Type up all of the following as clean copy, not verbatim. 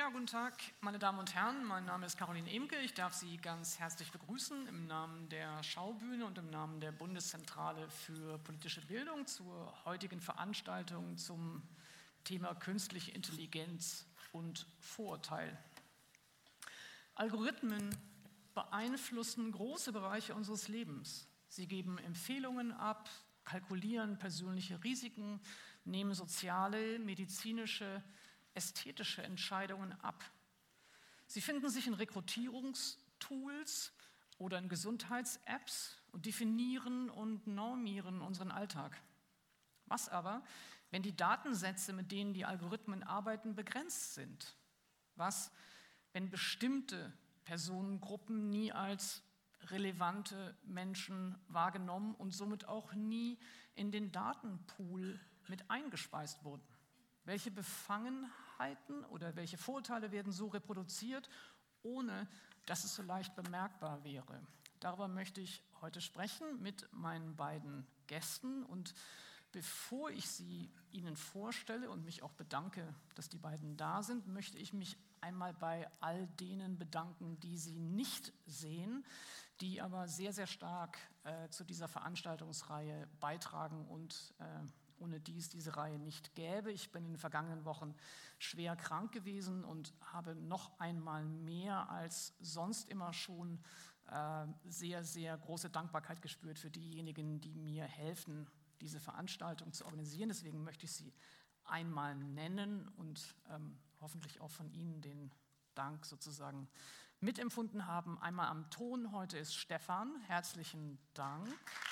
Ja, guten Tag, meine Damen und Herren. Mein Name ist Caroline Emke. Ich darf Sie ganz herzlich begrüßen im Namen der Schaubühne und im Namen der Bundeszentrale für politische Bildung zur heutigen Veranstaltung zum Thema künstliche Intelligenz und Vorurteil. Algorithmen beeinflussen große Bereiche unseres Lebens. Sie geben Empfehlungen ab, kalkulieren persönliche Risiken, nehmen soziale, medizinische, ästhetische Entscheidungen ab. Sie finden sich in Rekrutierungstools oder in Gesundheits-Apps und definieren und normieren unseren Alltag. Was aber, wenn die Datensätze, mit denen die Algorithmen arbeiten, begrenzt sind? Was, wenn bestimmte Personengruppen nie als relevante Menschen wahrgenommen und somit auch nie in den Datenpool mit eingespeist wurden? Welche Befangenheiten oder welche Vorurteile werden so reproduziert, ohne dass es so leicht bemerkbar wäre? Darüber möchte ich heute sprechen mit meinen beiden Gästen. Und bevor ich sie Ihnen vorstelle und mich auch bedanke, dass die beiden da sind, möchte ich mich einmal bei all denen bedanken, die Sie nicht sehen, die aber sehr, sehr stark zu dieser Veranstaltungsreihe beitragen und ohne die es diese Reihe nicht gäbe. Ich bin in den vergangenen Wochen schwer krank gewesen und habe noch einmal mehr als sonst immer schon sehr, sehr große Dankbarkeit gespürt für diejenigen, die mir helfen, diese Veranstaltung zu organisieren. Deswegen möchte ich sie einmal nennen und hoffentlich auch von Ihnen den Dank sozusagen mitempfunden haben. Einmal am Ton heute ist Stefan. Herzlichen Dank.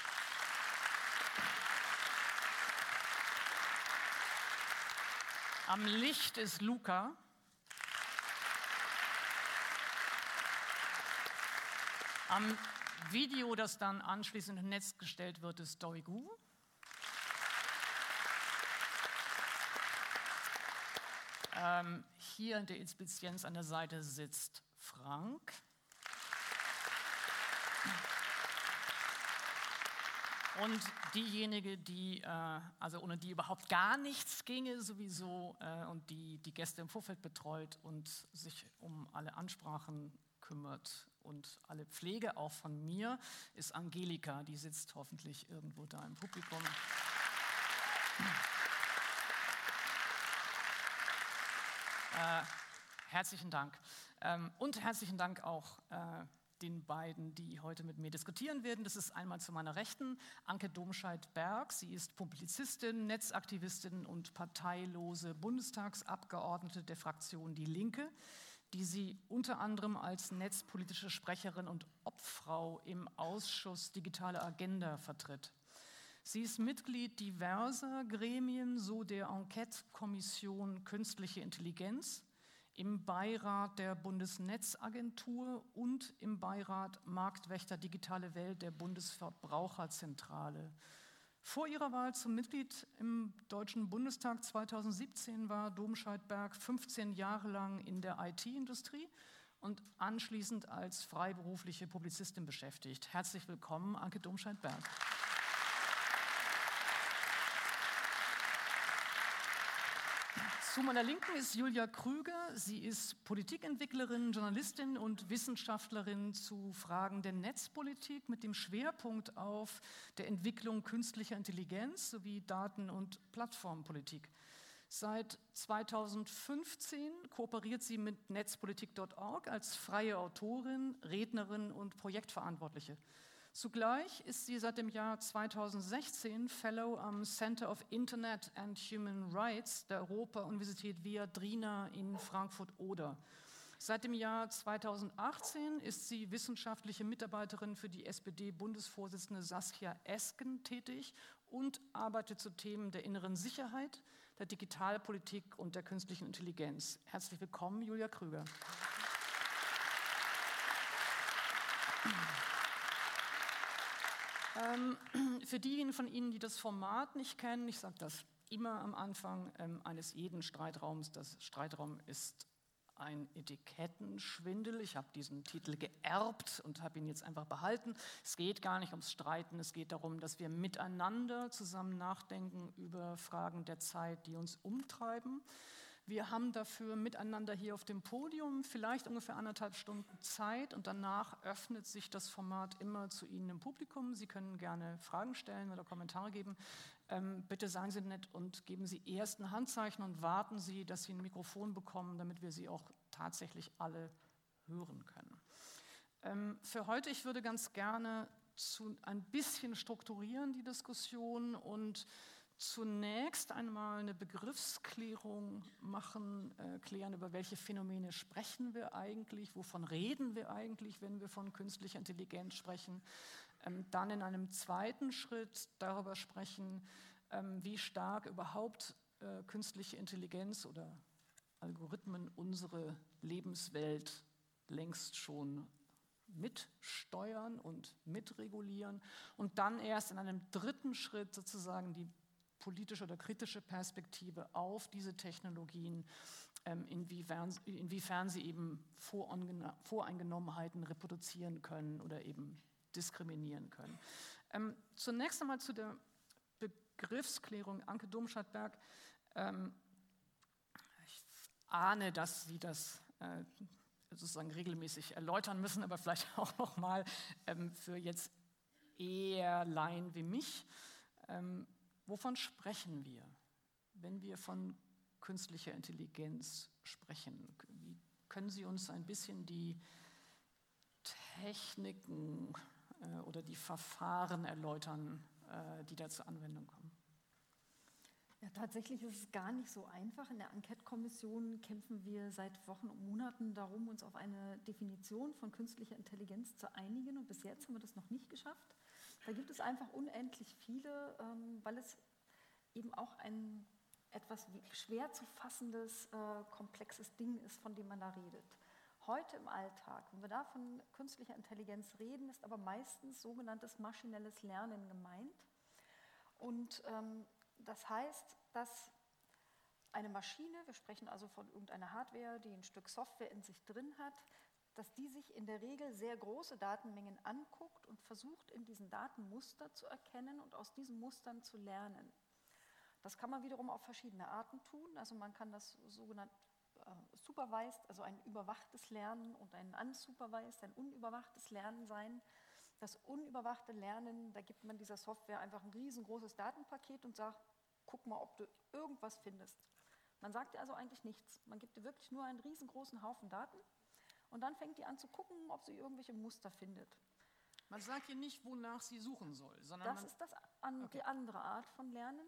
Am Licht ist Luca. Am Video, das dann anschließend im Netz gestellt wird, ist Doigu. Hier in der Inspizienz an der Seite sitzt Frank. Und diejenige, also ohne die überhaupt gar nichts ginge sowieso und die Gäste im Vorfeld betreut und sich um alle Ansprachen kümmert und alle Pflege auch von mir, ist Angelika. Die sitzt hoffentlich irgendwo da im Publikum. Herzlichen Dank. Und herzlichen Dank auch den beiden, die heute mit mir diskutieren werden. Das ist einmal zu meiner Rechten Anke Domscheit-Berg. Sie ist Publizistin, Netzaktivistin und parteilose Bundestagsabgeordnete der Fraktion Die Linke, die sie unter anderem als netzpolitische Sprecherin und Obfrau im Ausschuss Digitale Agenda vertritt. Sie ist Mitglied diverser Gremien, so der Enquete-Kommission Künstliche Intelligenz, im Beirat der Bundesnetzagentur und im Beirat Marktwächter Digitale Welt der Bundesverbraucherzentrale. Vor ihrer Wahl zum Mitglied im Deutschen Bundestag 2017 war Domscheit-Berg 15 Jahre lang in der IT-Industrie und anschließend als freiberufliche Publizistin beschäftigt. Herzlich willkommen, Anke Domscheit-Berg. Zu meiner Linken ist Julia Krüger. Sie ist Politikentwicklerin, Journalistin und Wissenschaftlerin zu Fragen der Netzpolitik mit dem Schwerpunkt auf der Entwicklung künstlicher Intelligenz sowie Daten- und Plattformpolitik. Seit 2015 kooperiert sie mit netzpolitik.org als freie Autorin, Rednerin und Projektverantwortliche. Zugleich ist sie seit dem Jahr 2016 Fellow am Center of Internet and Human Rights der Europa-Universität Viadrina in Frankfurt-Oder. Seit dem Jahr 2018 ist sie wissenschaftliche Mitarbeiterin für die SPD-Bundesvorsitzende Saskia Esken tätig und arbeitet zu Themen der inneren Sicherheit, der Digitalpolitik und der künstlichen Intelligenz. Herzlich willkommen, Julia Krüger. Für diejenigen von Ihnen, die das Format nicht kennen, ich sage das immer am Anfang eines jeden Streitraums, das Streitraum ist ein Etikettenschwindel. Ich habe diesen Titel geerbt und habe ihn jetzt einfach behalten. Es geht gar nicht ums Streiten, es geht darum, dass wir miteinander zusammen nachdenken über Fragen der Zeit, die uns umtreiben. Wir haben dafür miteinander hier auf dem Podium vielleicht ungefähr 1,5 Stunden Zeit und danach öffnet sich das Format immer zu Ihnen im Publikum. Sie können gerne Fragen stellen oder Kommentare geben. Bitte seien Sie nett und geben Sie erst ein Handzeichen und warten Sie, dass Sie ein Mikrofon bekommen, damit wir Sie auch tatsächlich alle hören können. Für heute, ich würde ganz gerne ein bisschen strukturieren die Diskussion und zunächst einmal eine Begriffsklärung machen, klären, über welche Phänomene sprechen wir eigentlich, wovon reden wir eigentlich, wenn wir von künstlicher Intelligenz sprechen. Dann in einem zweiten Schritt darüber sprechen, wie stark überhaupt künstliche Intelligenz oder Algorithmen unsere Lebenswelt längst schon mitsteuern und mitregulieren. Und dann erst in einem dritten Schritt sozusagen die politische oder kritische Perspektive auf diese Technologien, inwiefern sie eben Voreingenommenheiten reproduzieren können oder eben diskriminieren können. Zunächst einmal zu der Begriffsklärung. Anke Domscheit-Berg, ich ahne, dass Sie das sozusagen regelmäßig erläutern müssen, aber vielleicht auch nochmal für jetzt eher Laien wie mich. Wovon sprechen wir, wenn wir von künstlicher Intelligenz sprechen? Wie können Sie uns ein bisschen die Techniken oder die Verfahren erläutern, die da zur Anwendung kommen? Ja, tatsächlich ist es gar nicht so einfach. In der Enquete-Kommission kämpfen wir seit Wochen und Monaten darum, uns auf eine Definition von künstlicher Intelligenz zu einigen. Und bis jetzt haben wir das noch nicht geschafft. Da gibt es einfach unendlich viele, weil es eben auch ein etwas schwer zu fassendes, komplexes Ding ist, von dem man da redet. Heute im Alltag, wenn wir da von künstlicher Intelligenz reden, ist aber meistens sogenanntes maschinelles Lernen gemeint. Und das heißt, dass eine Maschine, wir sprechen also von irgendeiner Hardware, die ein Stück Software in sich drin hat, dass die sich in der Regel sehr große Datenmengen anguckt und versucht, in diesen Daten Muster zu erkennen und aus diesen Mustern zu lernen. Das kann man wiederum auf verschiedene Arten tun. Also man kann das sogenannt supervised, also ein überwachtes Lernen und ein unsupervised, ein unüberwachtes Lernen sein. Das unüberwachte Lernen, da gibt man dieser Software einfach ein riesengroßes Datenpaket und sagt, guck mal, ob du irgendwas findest. Man sagt ihr also eigentlich nichts. Man gibt ihr wirklich nur einen riesengroßen Haufen Daten und dann fängt die an zu gucken, ob sie irgendwelche Muster findet. Man sagt ihr nicht, wonach sie suchen soll, sondern das ist die andere Art von Lernen.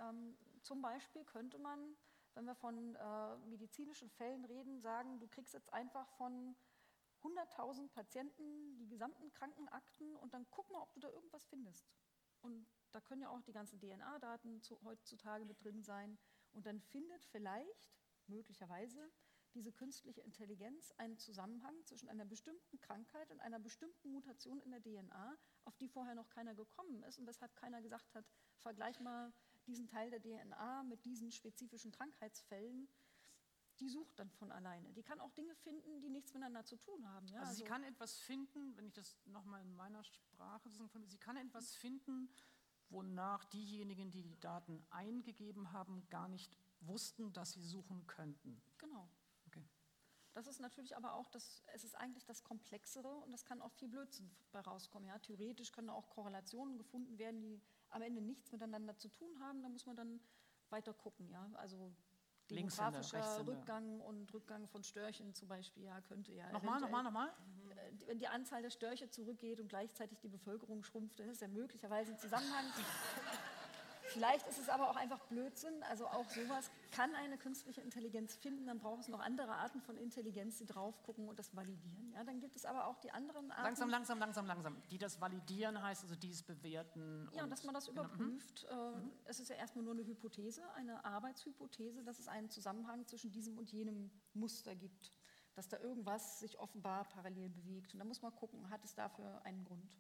Zum Beispiel könnte man, wenn wir von medizinischen Fällen reden, sagen, du kriegst jetzt einfach von 100.000 Patienten die gesamten Krankenakten und dann guck mal, ob du da irgendwas findest. Und da können ja auch die ganzen DNA-Daten heutzutage mit drin sein. Und dann findet vielleicht, möglicherweise, diese künstliche Intelligenz einen Zusammenhang zwischen einer bestimmten Krankheit und einer bestimmten Mutation in der DNA, auf die vorher noch keiner gekommen ist und weshalb keiner gesagt hat, vergleich mal diesen Teil der DNA mit diesen spezifischen Krankheitsfällen. Die sucht dann von alleine. Die kann auch Dinge finden, die nichts miteinander zu tun haben. Ja, also sie kann etwas finden, wenn ich das nochmal in meiner Sprache sagen, sie kann etwas finden, wonach diejenigen, die die Daten eingegeben haben, gar nicht wussten, dass sie suchen könnten. Genau. Okay. Das ist natürlich aber auch, es ist eigentlich das Komplexere und das kann auch viel Blödsinn bei rauskommen. Ja. Theoretisch können auch Korrelationen gefunden werden, die am Ende nichts miteinander zu tun haben. Da muss man dann weiter gucken. Ja. Also demografischer Rückgang und Rückgang von Störchen zum Beispiel, ja, könnte ja Nochmal? Wenn die Anzahl der Störche zurückgeht und gleichzeitig die Bevölkerung schrumpft, dann ist ja möglicherweise ein Zusammenhang. Vielleicht ist es aber auch einfach Blödsinn, also auch sowas kann eine künstliche Intelligenz finden, dann braucht es noch andere Arten von Intelligenz, die drauf gucken und das validieren. Ja, dann gibt es aber auch die anderen Arten. Langsam. Die das validieren heißt also, die es bewerten. Ja, und dass man das überprüft. Es ist ja erstmal nur eine Hypothese, eine Arbeitshypothese, dass es einen Zusammenhang zwischen diesem und jenem Muster gibt, dass da irgendwas sich offenbar parallel bewegt. Und da muss man gucken, hat es dafür einen Grund.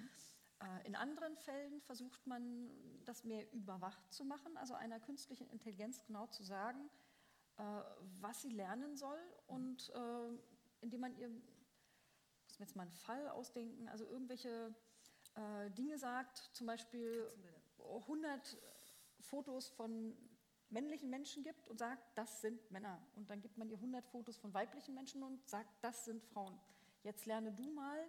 In anderen Fällen versucht man, das mehr überwacht zu machen, also einer künstlichen Intelligenz genau zu sagen, was sie lernen soll und indem man ihr, ich muss mir jetzt mal einen Fall ausdenken, also irgendwelche Dinge sagt, zum Beispiel 100 Fotos von männlichen Menschen gibt und sagt, das sind Männer. Und dann gibt man ihr 100 Fotos von weiblichen Menschen und sagt, das sind Frauen. Jetzt lerne du mal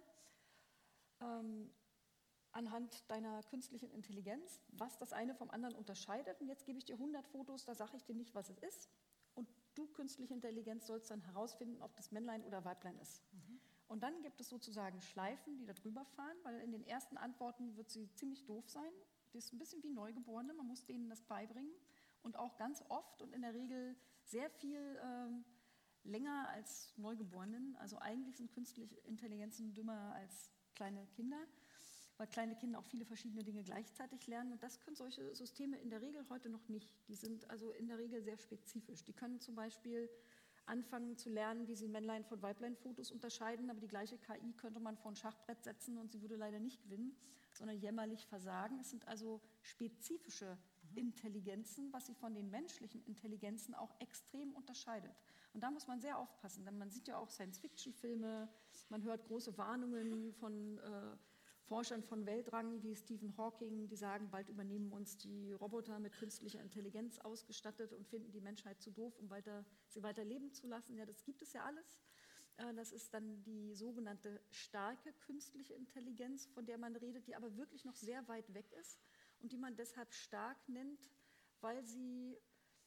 anhand deiner künstlichen Intelligenz, was das eine vom anderen unterscheidet. Und jetzt gebe ich dir 100 Fotos, da sage ich dir nicht, was es ist. Und du, künstliche Intelligenz, sollst dann herausfinden, ob das Männlein oder Weiblein ist. Und dann gibt es sozusagen Schleifen, die da drüber fahren, weil in den ersten Antworten wird sie ziemlich doof sein. Die ist ein bisschen wie Neugeborene, man muss denen das beibringen. Und auch ganz oft und in der Regel sehr viel länger als Neugeborenen. Also eigentlich sind künstliche Intelligenzen dümmer als kleine Kinder, weil kleine Kinder auch viele verschiedene Dinge gleichzeitig lernen. Und das können solche Systeme in der Regel heute noch nicht. Die sind also in der Regel sehr spezifisch. Die können zum Beispiel anfangen zu lernen, wie sie Männlein- von Weiblein-Fotos unterscheiden, aber die gleiche KI könnte man vor ein Schachbrett setzen und sie würde leider nicht gewinnen, sondern jämmerlich versagen. Es sind also spezifische Intelligenzen, was sie von den menschlichen Intelligenzen auch extrem unterscheidet. Und da muss man sehr aufpassen, denn man sieht ja auch Science-Fiction-Filme, man hört große Warnungen von Forschern von Weltrang wie Stephen Hawking, die sagen, bald übernehmen uns die Roboter mit künstlicher Intelligenz ausgestattet und finden die Menschheit zu doof, um sie weiter leben zu lassen. Ja, das gibt es ja alles. Das ist dann die sogenannte starke künstliche Intelligenz, von der man redet, die aber wirklich noch sehr weit weg ist und die man deshalb stark nennt, weil sie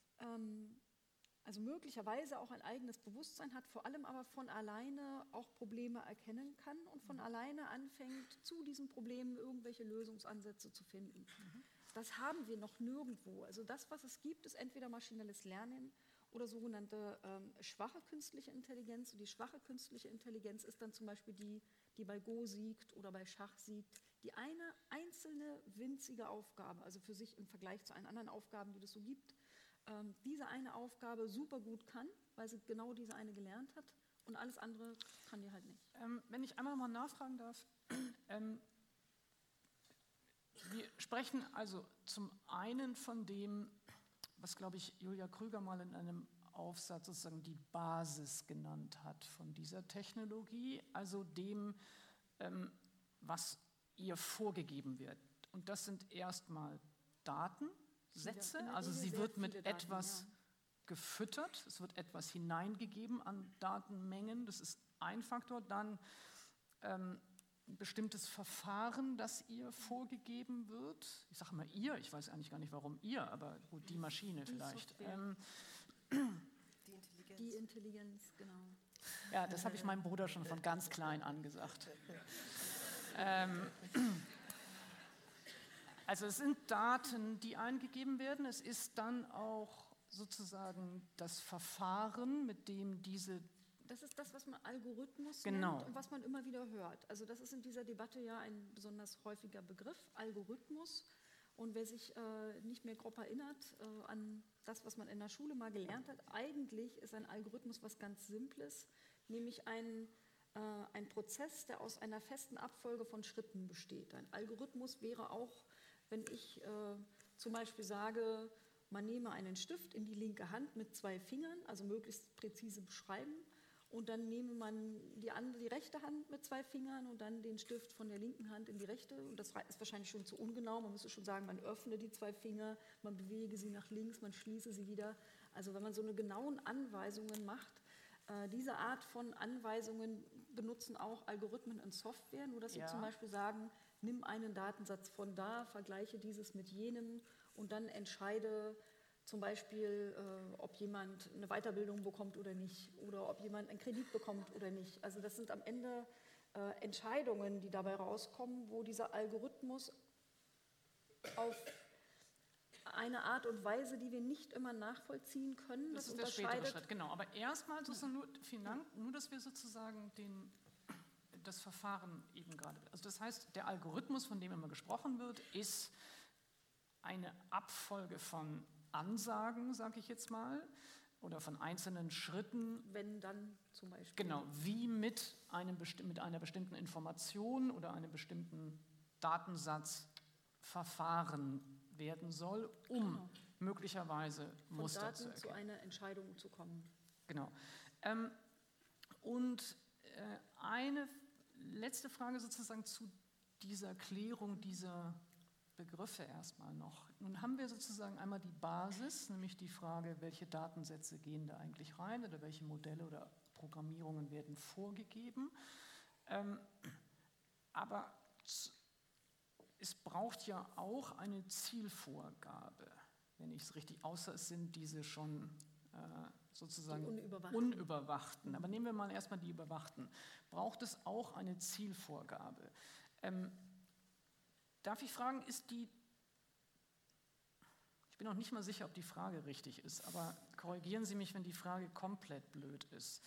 also möglicherweise auch ein eigenes Bewusstsein hat, vor allem aber von alleine auch Probleme erkennen kann und von alleine anfängt, zu diesen Problemen irgendwelche Lösungsansätze zu finden. Das haben wir noch nirgendwo. Also das, was es gibt, ist entweder maschinelles Lernen oder sogenannte schwache künstliche Intelligenz. Und die schwache künstliche Intelligenz ist dann zum Beispiel die, die bei Go siegt oder bei Schach siegt, die eine einzelne winzige Aufgabe, also für sich im Vergleich zu allen anderen Aufgaben, die es so gibt, diese eine Aufgabe super gut kann, weil sie genau diese eine gelernt hat und alles andere kann die halt nicht. Wenn ich einmal mal nachfragen darf, wir sprechen also zum einen von dem, was, glaube ich, Julia Krüger mal in einem Aufsatz sozusagen die Basis genannt hat von dieser Technologie, also dem, was ihr vorgegeben wird. Und das sind erstmal Datensätze, also sie wird mit etwas gefüttert, es wird etwas hineingegeben an Datenmengen, das ist ein Faktor, dann ein bestimmtes Verfahren, das ihr vorgegeben wird. Ich sage mal ihr, ich weiß eigentlich gar nicht, warum ihr, aber gut, die Maschine vielleicht. Die Intelligenz, genau. Ja, das habe ich meinem Bruder schon von ganz klein an gesagt. Also es sind Daten, die eingegeben werden. Es ist dann auch sozusagen das Verfahren, mit dem diese... Das ist das, was man Algorithmus nennt und was man immer wieder hört. Also das ist in dieser Debatte ja ein besonders häufiger Begriff, Algorithmus. Und wer sich nicht mehr grob erinnert an das, was man in der Schule mal gelernt hat, eigentlich ist ein Algorithmus was ganz Simples, nämlich ein Prozess, der aus einer festen Abfolge von Schritten besteht. Ein Algorithmus wäre auch, wenn ich zum Beispiel sage, man nehme einen Stift in die linke Hand mit 2 Fingern, also möglichst präzise beschreiben, und dann nehme man die rechte Hand mit 2 Fingern und dann den Stift von der linken Hand in die rechte. Und das ist wahrscheinlich schon zu ungenau. Man müsste schon sagen, man öffne die 2 Finger, man bewege sie nach links, man schließe sie wieder. Also wenn man so eine genauen Anweisungen macht, diese Art von Anweisungen benutzen auch Algorithmen in Software, nur dass sie zum Beispiel sagen, nimm einen Datensatz von da, vergleiche dieses mit jenem und dann entscheide zum Beispiel, ob jemand eine Weiterbildung bekommt oder nicht oder ob jemand einen Kredit bekommt oder nicht. Also das sind am Ende Entscheidungen, die dabei rauskommen, wo dieser Algorithmus auf eine Art und Weise, die wir nicht immer nachvollziehen können, das ist der spätere Schritt, genau. Aber erstmal sozusagen nur, dass wir sozusagen das Verfahren eben gerade... Also das heißt, der Algorithmus, von dem immer gesprochen wird, ist eine Abfolge von Ansagen, sage ich jetzt mal, oder von einzelnen Schritten. Wenn dann zum Beispiel. Genau, wie mit einer bestimmten Information oder einem bestimmten Datensatz verfahren werden soll, um möglicherweise Muster Daten zu erkennen. Zu einer Entscheidung zu kommen. Genau. Und eine letzte Frage sozusagen zu dieser Klärung dieser Begriffe erstmal noch. Nun haben wir sozusagen einmal die Basis, nämlich die Frage, welche Datensätze gehen da eigentlich rein oder welche Modelle oder Programmierungen werden vorgegeben. Aber es braucht ja auch eine Zielvorgabe, wenn ich es richtig, außer es sind diese schon sozusagen die unüberwachten. Aber nehmen wir mal erstmal die überwachten. Braucht es auch eine Zielvorgabe? Darf ich fragen, ich bin noch nicht mal sicher, ob die Frage richtig ist, aber korrigieren Sie mich, wenn die Frage komplett blöd ist.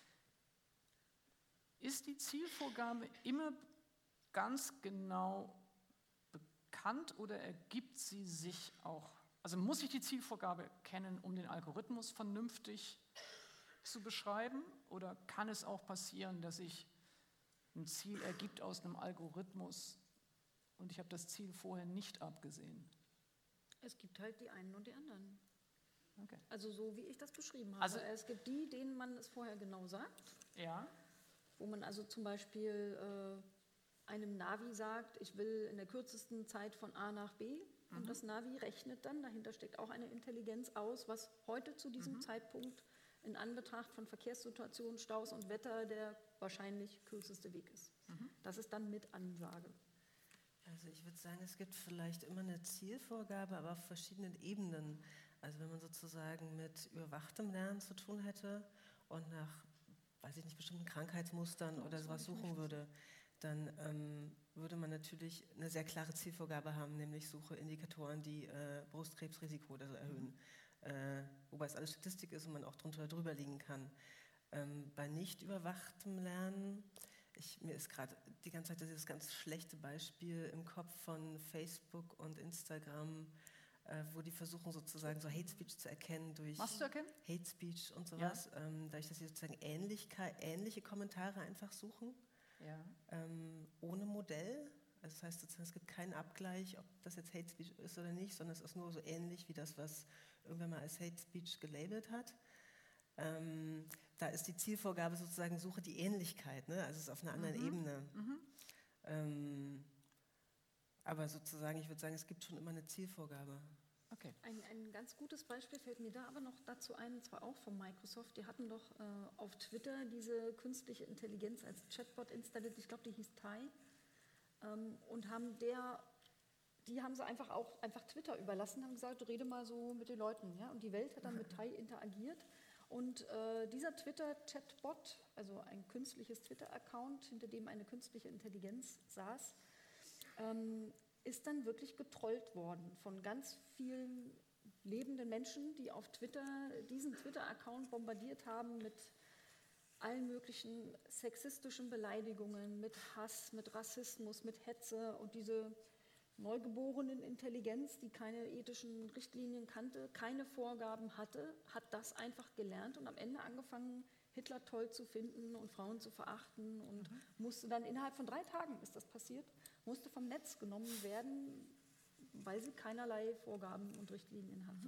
Ist die Zielvorgabe immer ganz genau bekannt oder ergibt sie sich auch? Also muss ich die Zielvorgabe kennen, um den Algorithmus vernünftig zu beschreiben? Oder kann es auch passieren, dass sich ein Ziel ergibt aus einem Algorithmus und ich habe das Ziel vorher nicht abgesehen? Es gibt halt die einen und die anderen. Okay. Also so, wie ich das beschrieben habe. Also, es gibt die, denen man es vorher genau sagt. Ja. Wo man also zum Beispiel einem Navi sagt, ich will in der kürzesten Zeit von A nach B. Und das Navi rechnet dann, dahinter steckt auch eine Intelligenz aus, was heute zu diesem Zeitpunkt in Anbetracht von Verkehrssituationen, Staus und Wetter der wahrscheinlich kürzeste Weg ist. Das ist dann mit Ansage. Also ich würde sagen, es gibt vielleicht immer eine Zielvorgabe, aber auf verschiedenen Ebenen. Also wenn man sozusagen mit überwachtem Lernen zu tun hätte und nach, weiß ich nicht, bestimmten Krankheitsmustern oder sowas suchen würde, dann würde man natürlich eine sehr klare Zielvorgabe haben, nämlich suche Indikatoren, die Brustkrebsrisiko oder so erhöhen. Wobei es alles Statistik ist und man auch drunter oder drüber liegen kann. Bei nicht überwachtem Lernen, mir ist gerade die ganze Zeit dieses ganz schlechte Beispiel im Kopf von Facebook und Instagram, wo die versuchen sozusagen so Hate Speech zu erkennen durch Was zu erkennen? Hate Speech und sowas, Ja. dadurch, dass sie sozusagen ähnliche Kommentare einfach suchen, Ja. ohne Modell. Also das heißt sozusagen, es gibt keinen Abgleich, ob das jetzt Hate Speech ist oder nicht, sondern es ist nur so ähnlich wie das, was irgendwer mal als Hate Speech gelabelt hat. Da ist die Zielvorgabe sozusagen, suche die Ähnlichkeit, ne? Also es ist auf einer anderen Ebene. Aber sozusagen, ich würde sagen, es gibt schon immer eine Zielvorgabe. Okay. Ein ganz gutes Beispiel fällt mir da aber noch dazu ein, und zwar auch von Microsoft. Die hatten doch auf Twitter diese künstliche Intelligenz als Chatbot installiert, ich glaube, die hieß Tai, und die haben sie einfach Twitter überlassen, haben gesagt, rede mal so mit den Leuten. Ja? Und die Welt hat dann mit Tai interagiert. Und dieser Twitter-Chatbot, also ein künstliches Twitter-Account, hinter dem eine künstliche Intelligenz saß, ist dann wirklich getrollt worden von ganz vielen lebenden Menschen, die auf Twitter diesen Twitter-Account bombardiert haben mit allen möglichen sexistischen Beleidigungen, mit Hass, mit Rassismus, mit Hetze. Und diese neugeborenen Intelligenz, die keine ethischen Richtlinien kannte, keine Vorgaben hatte, hat das einfach gelernt und am Ende angefangen, Hitler toll zu finden und Frauen zu verachten und musste dann innerhalb von 3 Tagen, ist das passiert, musste vom Netz genommen werden, weil sie keinerlei Vorgaben und Richtlinien hatte.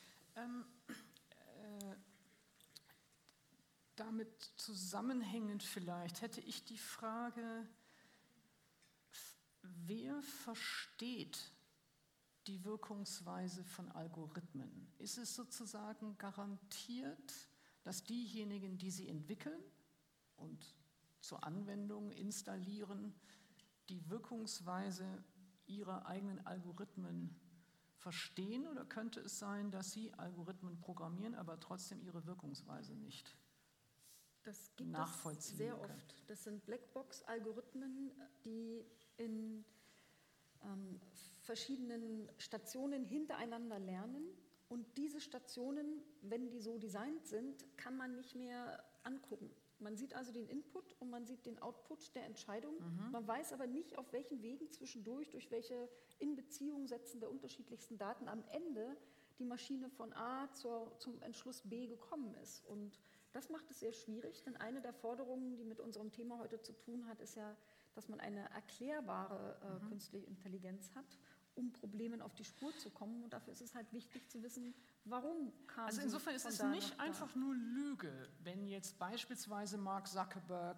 Damit zusammenhängend vielleicht hätte ich die Frage, wer versteht die Wirkungsweise von Algorithmen? Ist es sozusagen garantiert, dass diejenigen, die sie entwickeln und zur Anwendung installieren, die Wirkungsweise ihrer eigenen Algorithmen verstehen? Oder könnte es sein, dass sie Algorithmen programmieren, aber trotzdem ihre Wirkungsweise nicht Das gibt nachvollziehen es sehr können? oft. Das sind Blackbox-Algorithmen, die in verschiedenen Stationen hintereinander lernen. Und diese Stationen, wenn die so designt sind, kann man nicht mehr angucken. Man sieht also den Input und man sieht den Output der Entscheidung. Man weiß aber nicht, auf welchen Wegen zwischendurch, durch welche Inbeziehungssetzen der unterschiedlichsten Daten am Ende die Maschine von A zum Entschluss B gekommen ist. Und das macht es sehr schwierig, denn eine der Forderungen, die mit unserem Thema heute zu tun hat, ist ja, dass man eine erklärbare künstliche Intelligenz hat, um Problemen auf die Spur zu kommen. Und dafür ist es halt wichtig zu wissen, warum kam Also sie insofern ist von es da nicht nach da. einfach nur Lüge, wenn jetzt beispielsweise Mark Zuckerberg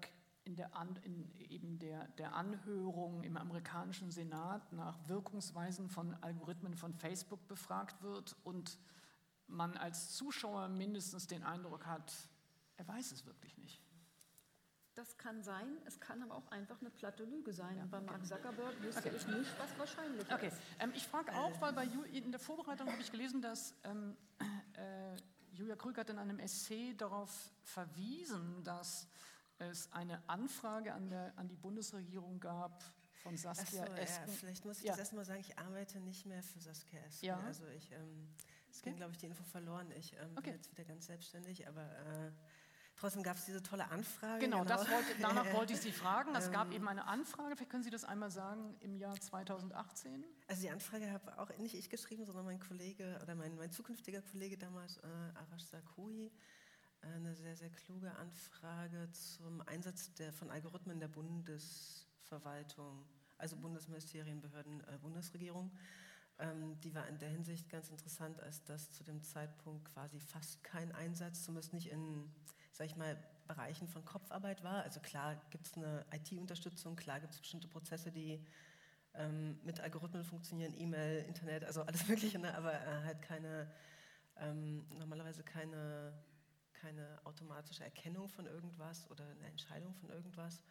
der Anhörung im amerikanischen Senat nach Wirkungsweisen von Algorithmen von Facebook befragt wird und man als Zuschauer mindestens den Eindruck hat, er weiß es wirklich nicht. Das kann sein, es kann aber auch einfach eine platte Lüge sein. Ja. Bei Mark Zuckerberg wüsste ich nicht, was wahrscheinlich ist. Ich frage auch, weil in der Vorbereitung habe ich gelesen, dass Julia Krüger hat in einem Essay darauf verwiesen, dass es eine Anfrage an die Bundesregierung gab von Saskia Esken. Ja, vielleicht muss ich das erstmal sagen, ich arbeite nicht mehr für Saskia Esken. Ja. Also es ging, glaube ich, die Info verloren. Ich bin jetzt wieder ganz selbstständig, aber trotzdem gab es diese tolle Anfrage. Genau, danach wollte ich Sie fragen. Es gab eben eine Anfrage, vielleicht können Sie das einmal sagen, im Jahr 2018? Also die Anfrage habe auch nicht ich geschrieben, sondern mein Kollege oder mein zukünftiger Kollege damals, Arash Sarkohi, eine sehr, sehr kluge Anfrage zum Einsatz von Algorithmen der Bundesverwaltung, also Bundesministerien, Behörden, Bundesregierung. Die war in der Hinsicht ganz interessant, als das zu dem Zeitpunkt quasi fast kein Einsatz, zumindest nicht in, sag ich mal, Bereichen von Kopfarbeit war. Also klar gibt es eine IT-Unterstützung, klar gibt es bestimmte Prozesse, die mit Algorithmen funktionieren, E-Mail, Internet, also alles Mögliche, ne? Aber halt normalerweise keine automatische Erkennung von irgendwas oder eine Entscheidung von irgendwas.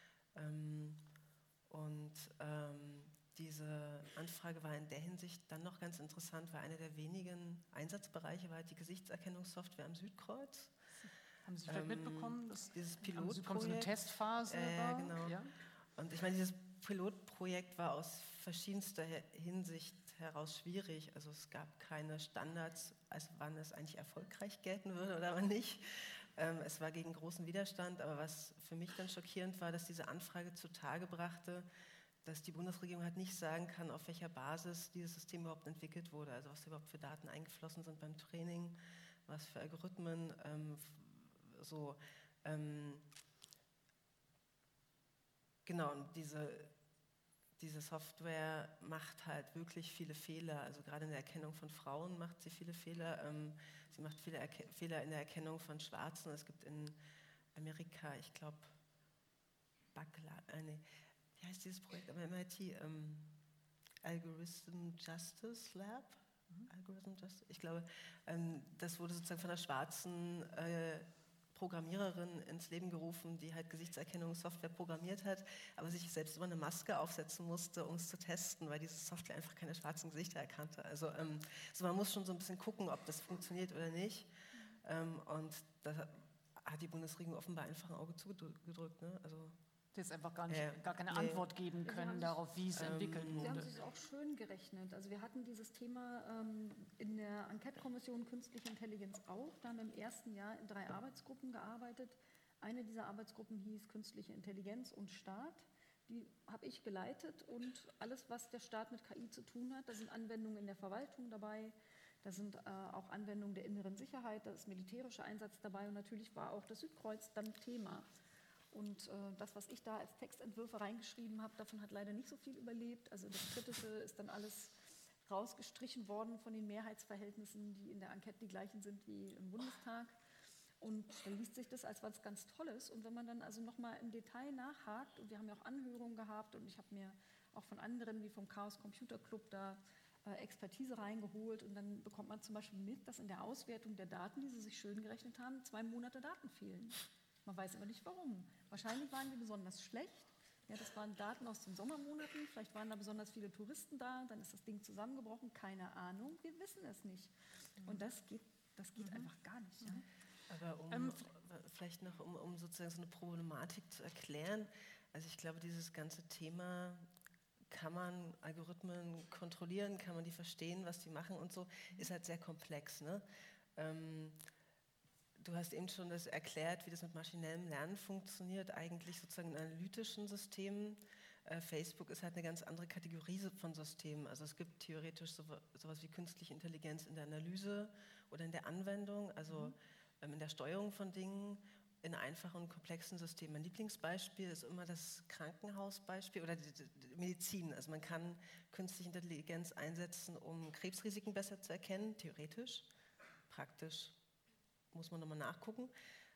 Diese Anfrage war in der Hinsicht dann noch ganz interessant, weil einer der wenigen Einsatzbereiche war halt die Gesichtserkennungssoftware am Südkreuz. Haben Sie vielleicht mitbekommen, dass dieses Pilotprojekt so eine Testphase war? Genau. Ja? Und ich meine, dieses Pilotprojekt war aus verschiedenster Hinsicht heraus schwierig. Also es gab keine Standards, als wann es eigentlich erfolgreich gelten würde oder wann nicht. Es war gegen großen Widerstand, aber was für mich dann schockierend war, dass diese Anfrage zutage brachte, dass die Bundesregierung halt nicht sagen kann, auf welcher Basis dieses System überhaupt entwickelt wurde, also was überhaupt für Daten eingeflossen sind beim Training, was für Algorithmen, genau, und diese Software macht halt wirklich viele Fehler, also gerade in der Erkennung von Frauen macht sie viele Fehler, sie macht viele Fehler in der Erkennung von Schwarzen. Es gibt in Amerika, ich glaube, wie heißt dieses Projekt am MIT? Algorithm Justice Lab? Algorithm Justice? Ich glaube, das wurde sozusagen von einer schwarzen Programmiererin ins Leben gerufen, die halt Gesichtserkennungssoftware programmiert hat, aber sich selbst immer eine Maske aufsetzen musste, um es zu testen, weil diese Software einfach keine schwarzen Gesichter erkannte. Also man muss schon so ein bisschen gucken, ob das funktioniert oder nicht. Und da hat die Bundesregierung offenbar einfach ein Auge zugedrückt. Ne? Also jetzt einfach gar keine Antwort geben können darauf, wie es entwickelt wurde. Sie haben es auch schön gerechnet. Also wir hatten dieses Thema in der Enquete-Kommission Künstliche Intelligenz auch. Da haben wir im ersten Jahr in 3 Arbeitsgruppen gearbeitet. Eine dieser Arbeitsgruppen hieß Künstliche Intelligenz und Staat. Die habe ich geleitet und alles, was der Staat mit KI zu tun hat, da sind Anwendungen in der Verwaltung dabei, da sind auch Anwendungen der inneren Sicherheit, da ist militärischer Einsatz dabei und natürlich war auch das Südkreuz dann Thema. Und das, was ich da als Textentwürfe reingeschrieben habe, davon hat leider nicht so viel überlebt. Also das Kritische ist dann alles rausgestrichen worden von den Mehrheitsverhältnissen, die in der Enquete die gleichen sind wie im Bundestag. Und dann liest sich das als was ganz Tolles. Und wenn man dann also nochmal im Detail nachhakt, und wir haben ja auch Anhörungen gehabt und ich habe mir auch von anderen wie vom Chaos Computer Club da Expertise reingeholt und dann bekommt man zum Beispiel mit, dass in der Auswertung der Daten, die sie sich schön gerechnet haben, 2 Monate Daten fehlen. Man weiß aber nicht warum. Wahrscheinlich waren die besonders schlecht. Ja, das waren Daten aus den Sommermonaten. Vielleicht waren da besonders viele Touristen da. Dann ist das Ding zusammengebrochen. Keine Ahnung. Wir wissen es nicht. Und das geht einfach gar nicht. Ja. Aber vielleicht noch, um sozusagen so eine Problematik zu erklären. Also ich glaube, dieses ganze Thema, kann man Algorithmen kontrollieren, kann man die verstehen, was die machen und so, ist halt sehr komplex. Ne? Du hast eben schon das erklärt, wie das mit maschinellem Lernen funktioniert, eigentlich sozusagen in analytischen Systemen. Facebook ist halt eine ganz andere Kategorie von Systemen. Also es gibt theoretisch sowas wie künstliche Intelligenz in der Analyse oder in der Anwendung, also in der Steuerung von Dingen, in einfachen und komplexen Systemen. Mein Lieblingsbeispiel ist immer das Krankenhausbeispiel oder die Medizin. Also man kann künstliche Intelligenz einsetzen, um Krebsrisiken besser zu erkennen, theoretisch, praktisch muss man nochmal nachgucken.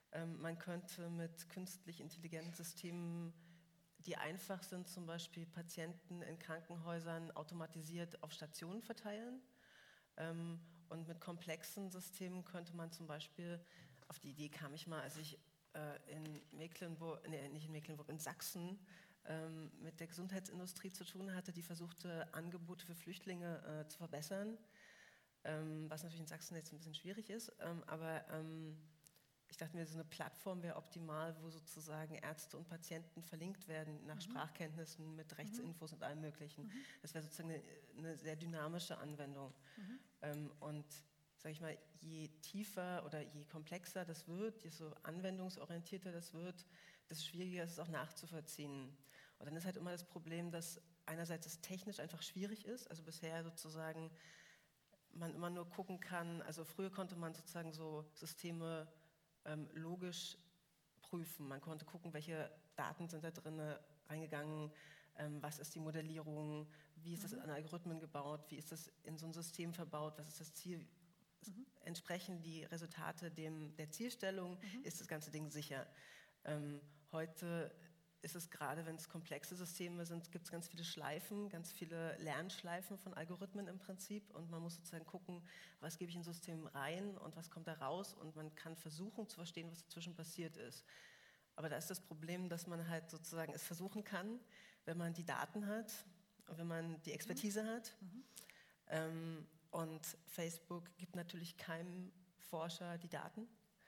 Man könnte mit künstlich intelligenten Systemen, die einfach sind, zum Beispiel Patienten in Krankenhäusern automatisiert auf Stationen verteilen. Und mit komplexen Systemen könnte man zum Beispiel, auf die Idee kam ich mal, als ich in Sachsen mit der Gesundheitsindustrie zu tun hatte, die versuchte, Angebote für Flüchtlinge zu verbessern, was natürlich in Sachsen jetzt ein bisschen schwierig ist, aber ich dachte mir, so eine Plattform wäre optimal, wo sozusagen Ärzte und Patienten verlinkt werden nach Sprachkenntnissen mit Rechtsinfos und allem Möglichen. Das wäre sozusagen eine sehr dynamische Anwendung. Und sage ich mal, je tiefer oder je komplexer das wird, je so anwendungsorientierter das wird, desto schwieriger ist es auch nachzuvollziehen. Und dann ist halt immer das Problem, dass einerseits es technisch einfach schwierig ist, also bisher sozusagen man immer nur gucken kann, also früher konnte man sozusagen so Systeme logisch prüfen. Man konnte gucken, welche Daten sind da drin reingegangen, was ist die Modellierung, wie ist das an Algorithmen gebaut, wie ist das in so ein System verbaut, was ist das Ziel, entsprechen die Resultate der Zielstellung, ist das ganze Ding sicher. Heute ist es gerade, wenn es komplexe Systeme sind, gibt es ganz viele Schleifen, ganz viele Lernschleifen von Algorithmen im Prinzip und man muss sozusagen gucken, was gebe ich in ein System rein und was kommt da raus und man kann versuchen zu verstehen, was dazwischen passiert ist. Aber da ist das Problem, dass man halt sozusagen es versuchen kann, wenn man die Daten hat und wenn man die Expertise hat. Und Facebook gibt natürlich keinem Forscher die Daten.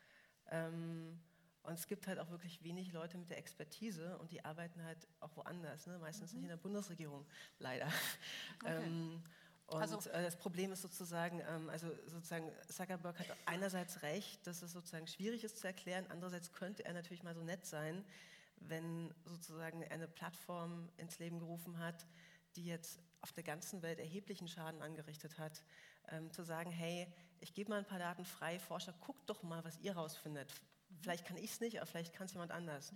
Und es gibt halt auch wirklich wenig Leute mit der Expertise und die arbeiten halt auch woanders, ne? Meistens nicht in der Bundesregierung, leider. Okay. Das Problem ist sozusagen, Zuckerberg hat einerseits recht, dass es sozusagen schwierig ist zu erklären, andererseits könnte er natürlich mal so nett sein, wenn sozusagen er eine Plattform ins Leben gerufen hat, die jetzt auf der ganzen Welt erheblichen Schaden angerichtet hat, zu sagen, hey, ich gebe mal ein paar Daten frei, Forscher, guckt doch mal, was ihr rausfindet. Vielleicht kann ich es nicht, aber vielleicht kann es jemand anders.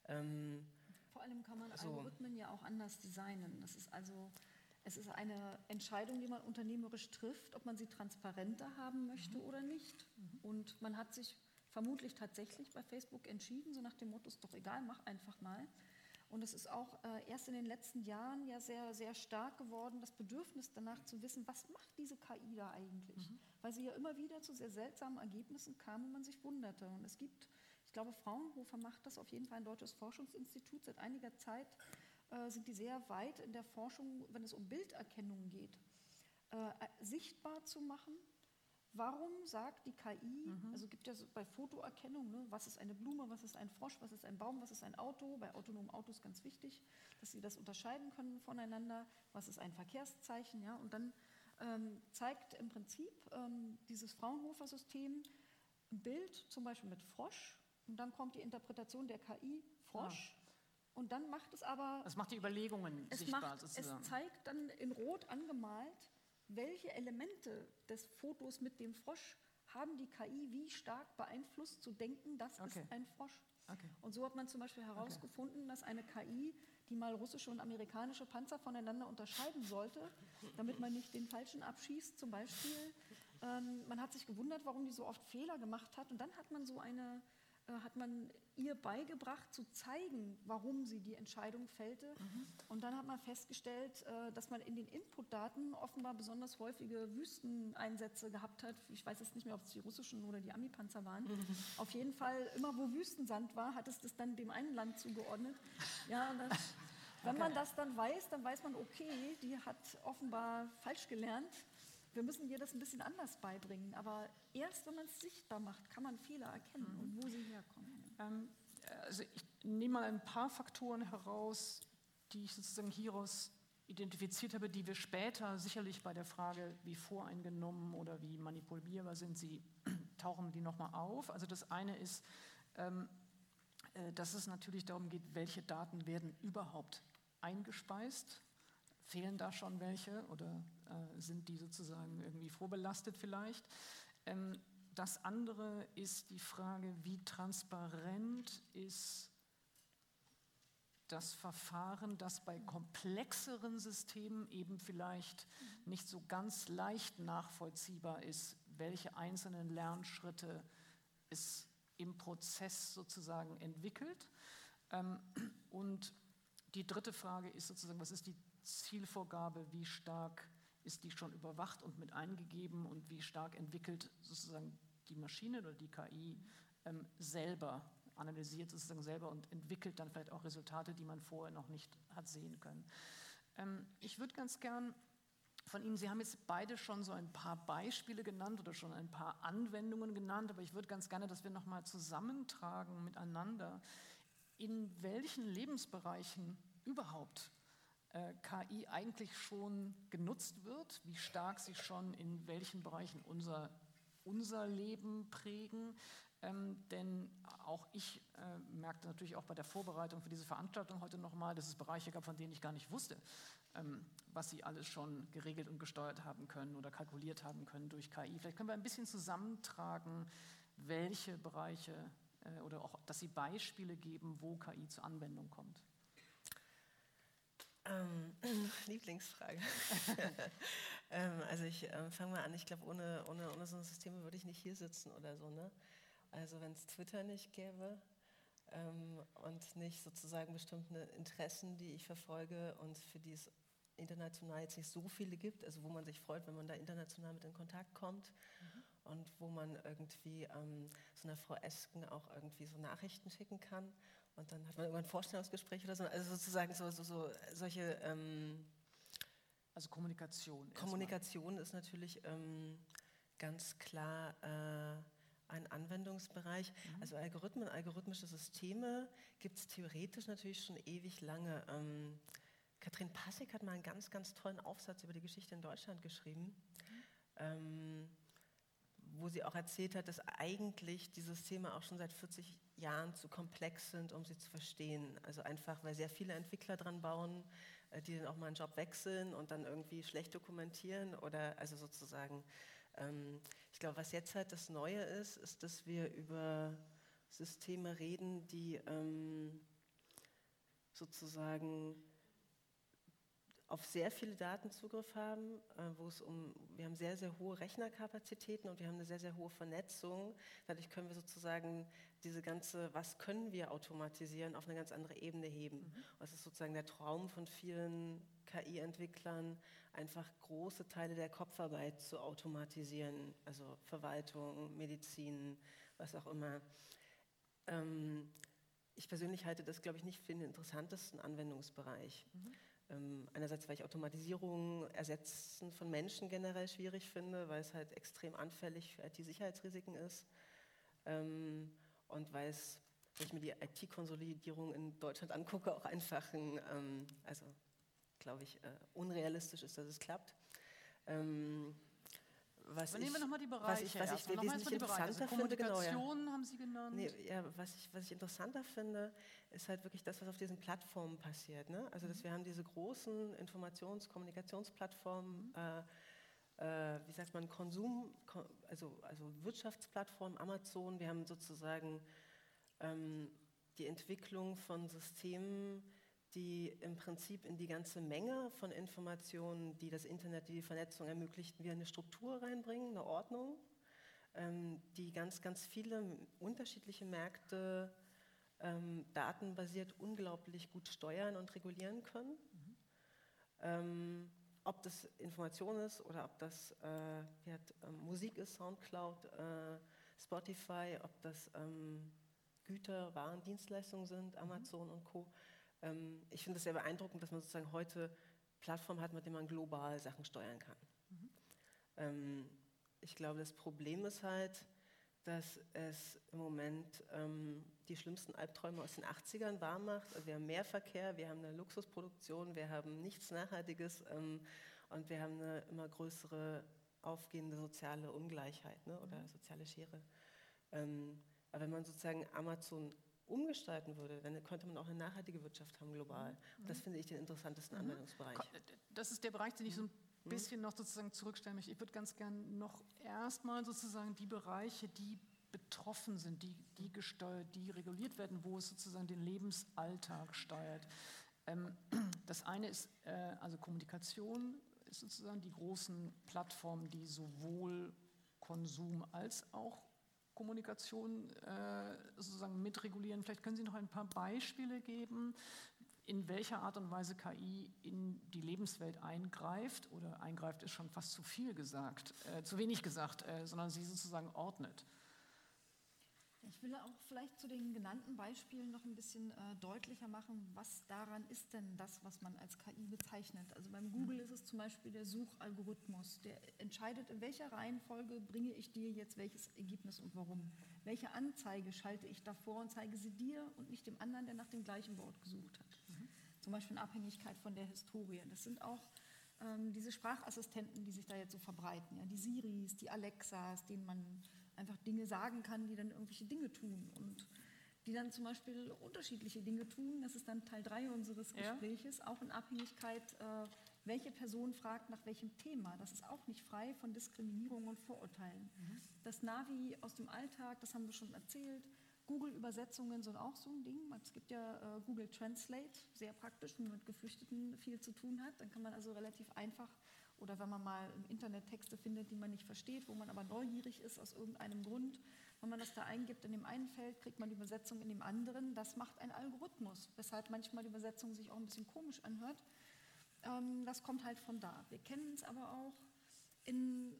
Vor allem kann man Algorithmen ja auch anders designen. Es ist eine Entscheidung, die man unternehmerisch trifft, ob man sie transparenter haben möchte oder nicht. Und man hat sich vermutlich tatsächlich bei Facebook entschieden, so nach dem Motto, ist doch egal, mach einfach mal. Und es ist auch erst in den letzten Jahren ja sehr, sehr stark geworden, das Bedürfnis danach zu wissen, was macht diese KI da eigentlich? Weil sie ja immer wieder zu sehr seltsamen Ergebnissen kam und man sich wunderte. Und es gibt, ich glaube, Fraunhofer macht das auf jeden Fall, ein deutsches Forschungsinstitut. Seit einiger Zeit sind die sehr weit in der Forschung, wenn es um Bilderkennung geht, sichtbar zu machen. Warum sagt die KI, also gibt ja so bei Fotoerkennung, ne, was ist eine Blume, was ist ein Frosch, was ist ein Baum, was ist ein Auto, bei autonomen Autos ganz wichtig, dass sie das unterscheiden können voneinander, was ist ein Verkehrszeichen, ja, und dann zeigt im Prinzip dieses Fraunhofer-System ein Bild, zum Beispiel mit Frosch, und dann kommt die Interpretation der KI, Frosch, und dann macht es aber... Es macht die Überlegungen sichtbar sozusagen. Es zeigt dann in Rot angemalt, welche Elemente des Fotos mit dem Frosch haben die KI wie stark beeinflusst, zu denken, das ist ein Frosch. Okay. Und so hat man zum Beispiel herausgefunden, dass eine KI, die mal russische und amerikanische Panzer voneinander unterscheiden sollte, damit man nicht den falschen abschießt zum Beispiel, man hat sich gewundert, warum die so oft Fehler gemacht hat. Und dann hat man ihr beigebracht zu zeigen, warum sie die Entscheidung fällte. Und dann hat man festgestellt, dass man in den Inputdaten offenbar besonders häufige Wüsteneinsätze gehabt hat. Ich weiß jetzt nicht mehr, ob es die russischen oder die Ami-Panzer waren. Auf jeden Fall, immer wo Wüstensand war, hat es das dann dem einen Land zugeordnet. Ja, und wenn man das dann weiß man, okay, die hat offenbar falsch gelernt. Wir müssen ihr das ein bisschen anders beibringen, aber erst wenn man es sichtbar macht, kann man Fehler erkennen und wo sie herkommen. Also ich nehme mal ein paar Faktoren heraus, die ich sozusagen hieraus identifiziert habe, die wir später sicherlich bei der Frage, wie voreingenommen oder wie manipulierbar sind sie, tauchen die nochmal auf. Also das eine ist, dass es natürlich darum geht, welche Daten werden überhaupt eingespeist. Fehlen da schon welche oder sind die sozusagen irgendwie vorbelastet vielleicht? Das andere ist die Frage, wie transparent ist das Verfahren, das bei komplexeren Systemen eben vielleicht nicht so ganz leicht nachvollziehbar ist, welche einzelnen Lernschritte es im Prozess sozusagen entwickelt. Und die dritte Frage ist sozusagen, was ist die Zielvorgabe, wie stark ist die schon überwacht und mit eingegeben und wie stark entwickelt sozusagen die Maschine oder die KI selber, analysiert sozusagen selber und entwickelt dann vielleicht auch Resultate, die man vorher noch nicht hat sehen können. Ich würde ganz gern von Ihnen, Sie haben jetzt beide schon so ein paar Beispiele genannt oder schon ein paar Anwendungen genannt, aber ich würde ganz gerne, dass wir nochmal zusammentragen miteinander, in welchen Lebensbereichen überhaupt KI eigentlich schon genutzt wird, wie stark sie schon in welchen Bereichen unser Leben prägen. Denn auch ich merkte natürlich auch bei der Vorbereitung für diese Veranstaltung heute nochmal, dass es Bereiche gab, von denen ich gar nicht wusste, was sie alles schon geregelt und gesteuert haben können oder kalkuliert haben können durch KI. Vielleicht können wir ein bisschen zusammentragen, welche Bereiche oder auch, dass Sie Beispiele geben, wo KI zur Anwendung kommt. Lieblingsfrage. Also ich fange mal an, ich glaube, ohne so ein System würde ich nicht hier sitzen oder so, ne? Also wenn es Twitter nicht gäbe und nicht sozusagen bestimmte Interessen, die ich verfolge und für die es international jetzt nicht so viele gibt, also wo man sich freut, wenn man da international mit in Kontakt kommt und wo man irgendwie so einer Frau Esken auch irgendwie so Nachrichten schicken kann und dann hat man irgendwann ein Vorstellungsgespräch oder so, also sozusagen solche Also Kommunikation. Kommunikation ist natürlich ganz klar ein Anwendungsbereich. Also Algorithmen, algorithmische Systeme gibt es theoretisch natürlich schon ewig lange. Katrin Passig hat mal einen ganz, ganz tollen Aufsatz über die Geschichte in Deutschland geschrieben, wo sie auch erzählt hat, dass eigentlich die Systeme auch schon seit 40 Jahren zu komplex sind, um sie zu verstehen. Also einfach, weil sehr viele Entwickler dran bauen, die dann auch mal einen Job wechseln und dann irgendwie schlecht dokumentieren oder also sozusagen, ich glaube, was jetzt halt das Neue ist, dass wir über Systeme reden, die sozusagen auf sehr viele Daten Zugriff haben, wir haben sehr, sehr hohe Rechnerkapazitäten und wir haben eine sehr, sehr hohe Vernetzung. Dadurch können wir sozusagen diese ganze, was können wir automatisieren, auf eine ganz andere Ebene heben. Und das ist sozusagen der Traum von vielen KI-Entwicklern, einfach große Teile der Kopfarbeit zu automatisieren, also Verwaltung, Medizin, was auch immer. Ich persönlich halte das, glaube ich, nicht für den interessantesten Anwendungsbereich. Einerseits, weil ich Automatisierung, Ersetzen von Menschen generell schwierig finde, weil es halt extrem anfällig für IT-Sicherheitsrisiken ist und weil ich mir die IT-Konsolidierung in Deutschland angucke, auch einfach glaube ich, unrealistisch ist, dass es klappt. Nehmen wir nochmal die Bereiche. Was ich wesentlich interessanter finde, Kommunikation haben Sie genannt. Nee, ja, was ich interessanter finde, ist halt wirklich das, was auf diesen Plattformen passiert. Ne? Also, dass wir haben diese großen Informations-, Kommunikationsplattformen, wie sagt man, also Wirtschaftsplattformen, Amazon. Wir haben sozusagen die Entwicklung von Systemen, die im Prinzip in die ganze Menge von Informationen, die das Internet, die Vernetzung ermöglicht, wieder eine Struktur reinbringen, eine Ordnung, die ganz, ganz viele unterschiedliche Märkte datenbasiert unglaublich gut steuern und regulieren können. Ob das Information ist oder ob das Musik ist, Soundcloud, Spotify, ob das Güter, Waren, Dienstleistungen sind, Amazon und Co. Ich finde es sehr beeindruckend, dass man sozusagen heute Plattformen hat, mit denen man global Sachen steuern kann. Ich glaube, das Problem ist halt, dass es im Moment die schlimmsten Albträume aus den 80ern wahr macht. Also wir haben mehr Verkehr, wir haben eine Luxusproduktion, wir haben nichts Nachhaltiges und wir haben eine immer größere aufgehende soziale Ungleichheit, ne, oder soziale Schere. Aber wenn man sozusagen Amazon umgestalten würde, dann könnte man auch eine nachhaltige Wirtschaft haben global. Und das finde ich den interessantesten Anwendungsbereich. Das ist der Bereich, den ich so ein bisschen noch sozusagen zurückstellen möchte. Ich würde ganz gerne noch erstmal sozusagen die Bereiche, die betroffen sind, die gesteuert, die reguliert werden, wo es sozusagen den Lebensalltag steuert. Das eine ist, also Kommunikation ist sozusagen die großen Plattformen, die sowohl Konsum als auch Kommunikation sozusagen mitregulieren. Vielleicht können Sie noch ein paar Beispiele geben, in welcher Art und Weise KI in die Lebenswelt eingreift, oder eingreift ist schon fast zu viel gesagt, zu wenig gesagt, sondern sie sozusagen ordnet. Ich will auch vielleicht zu den genannten Beispielen noch ein bisschen deutlicher machen, was daran ist denn das, was man als KI bezeichnet. Also beim Google ist es zum Beispiel der Suchalgorithmus, der entscheidet, in welcher Reihenfolge bringe ich dir jetzt welches Ergebnis und warum. Welche Anzeige schalte ich davor und zeige sie dir und nicht dem anderen, der nach dem gleichen Wort gesucht hat. Zum Beispiel in Abhängigkeit von der Historie. Das sind auch diese Sprachassistenten, die sich da jetzt so verbreiten. Ja? Die Siris, die Alexas, denen man einfach Dinge sagen kann, die dann irgendwelche Dinge tun und die dann zum Beispiel unterschiedliche Dinge tun. Das ist dann Teil 3 unseres Gespräches, auch in Abhängigkeit, welche Person fragt nach welchem Thema. Das ist auch nicht frei von Diskriminierung und Vorurteilen. Das Navi aus dem Alltag, das haben wir schon erzählt. Google-Übersetzungen sind auch so ein Ding. Es gibt ja Google Translate, sehr praktisch, wenn man mit Geflüchteten viel zu tun hat. Dann kann man also relativ einfach, oder wenn man mal im Internet Texte findet, die man nicht versteht, wo man aber neugierig ist aus irgendeinem Grund, wenn man das da eingibt in dem einen Feld, kriegt man die Übersetzung in dem anderen. Das macht ein Algorithmus, weshalb manchmal die Übersetzung sich auch ein bisschen komisch anhört. Das kommt halt von da. Wir kennen es aber auch in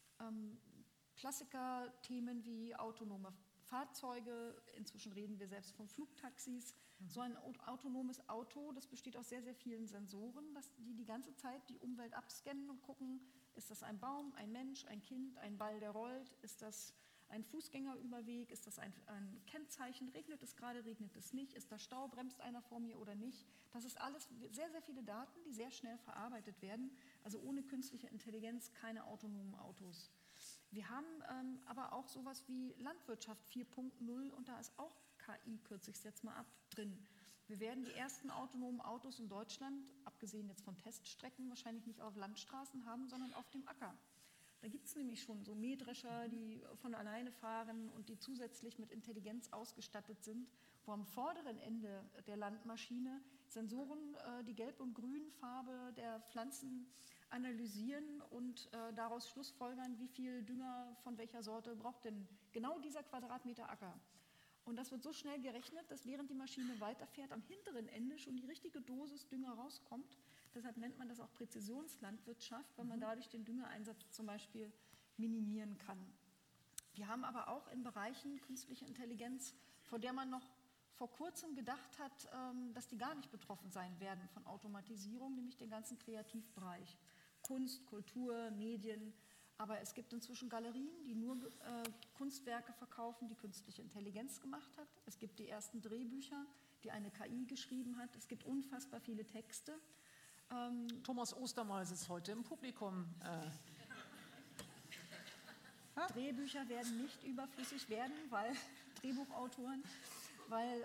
Klassiker-Themen wie autonome Fahrzeuge, inzwischen reden wir selbst von Flugtaxis. So ein autonomes Auto, das besteht aus sehr, sehr vielen Sensoren, die die ganze Zeit die Umwelt abscannen und gucken, ist das ein Baum, ein Mensch, ein Kind, ein Ball, der rollt, ist das ein Fußgängerüberweg, ist das ein Kennzeichen, regnet es gerade, regnet es nicht, ist da Stau, bremst einer vor mir oder nicht. Das ist alles sehr, sehr viele Daten, die sehr schnell verarbeitet werden. Also ohne künstliche Intelligenz keine autonomen Autos. Wir haben aber auch sowas wie Landwirtschaft 4.0 und da ist auch KI, kürze ich es jetzt mal ab, drin. Wir werden die ersten autonomen Autos in Deutschland, abgesehen jetzt von Teststrecken, wahrscheinlich nicht auf Landstraßen haben, sondern auf dem Acker. Da gibt es nämlich schon so Mähdrescher, die von alleine fahren und die zusätzlich mit Intelligenz ausgestattet sind, wo am vorderen Ende der Landmaschine Sensoren die Gelb- und Grünfarbe der Pflanzen analysieren und daraus schlussfolgern, wie viel Dünger von welcher Sorte braucht denn genau dieser Quadratmeter Acker. Und das wird so schnell gerechnet, dass während die Maschine weiterfährt, am hinteren Ende schon die richtige Dosis Dünger rauskommt. Deshalb nennt man das auch Präzisionslandwirtschaft, weil man dadurch den Düngereinsatz zum Beispiel minimieren kann. Wir haben aber auch in Bereichen künstliche Intelligenz, vor der man noch vor kurzem gedacht hat, dass die gar nicht betroffen sein werden von Automatisierung, nämlich den ganzen Kreativbereich. Kunst, Kultur, Medien, aber es gibt inzwischen Galerien, die nur Kunstwerke verkaufen, die künstliche Intelligenz gemacht hat. Es gibt die ersten Drehbücher, die eine KI geschrieben hat. Es gibt unfassbar viele Texte. Thomas Ostermeier sitzt heute im Publikum. Drehbücher werden nicht überflüssig werden, weil Drehbuchautoren, weil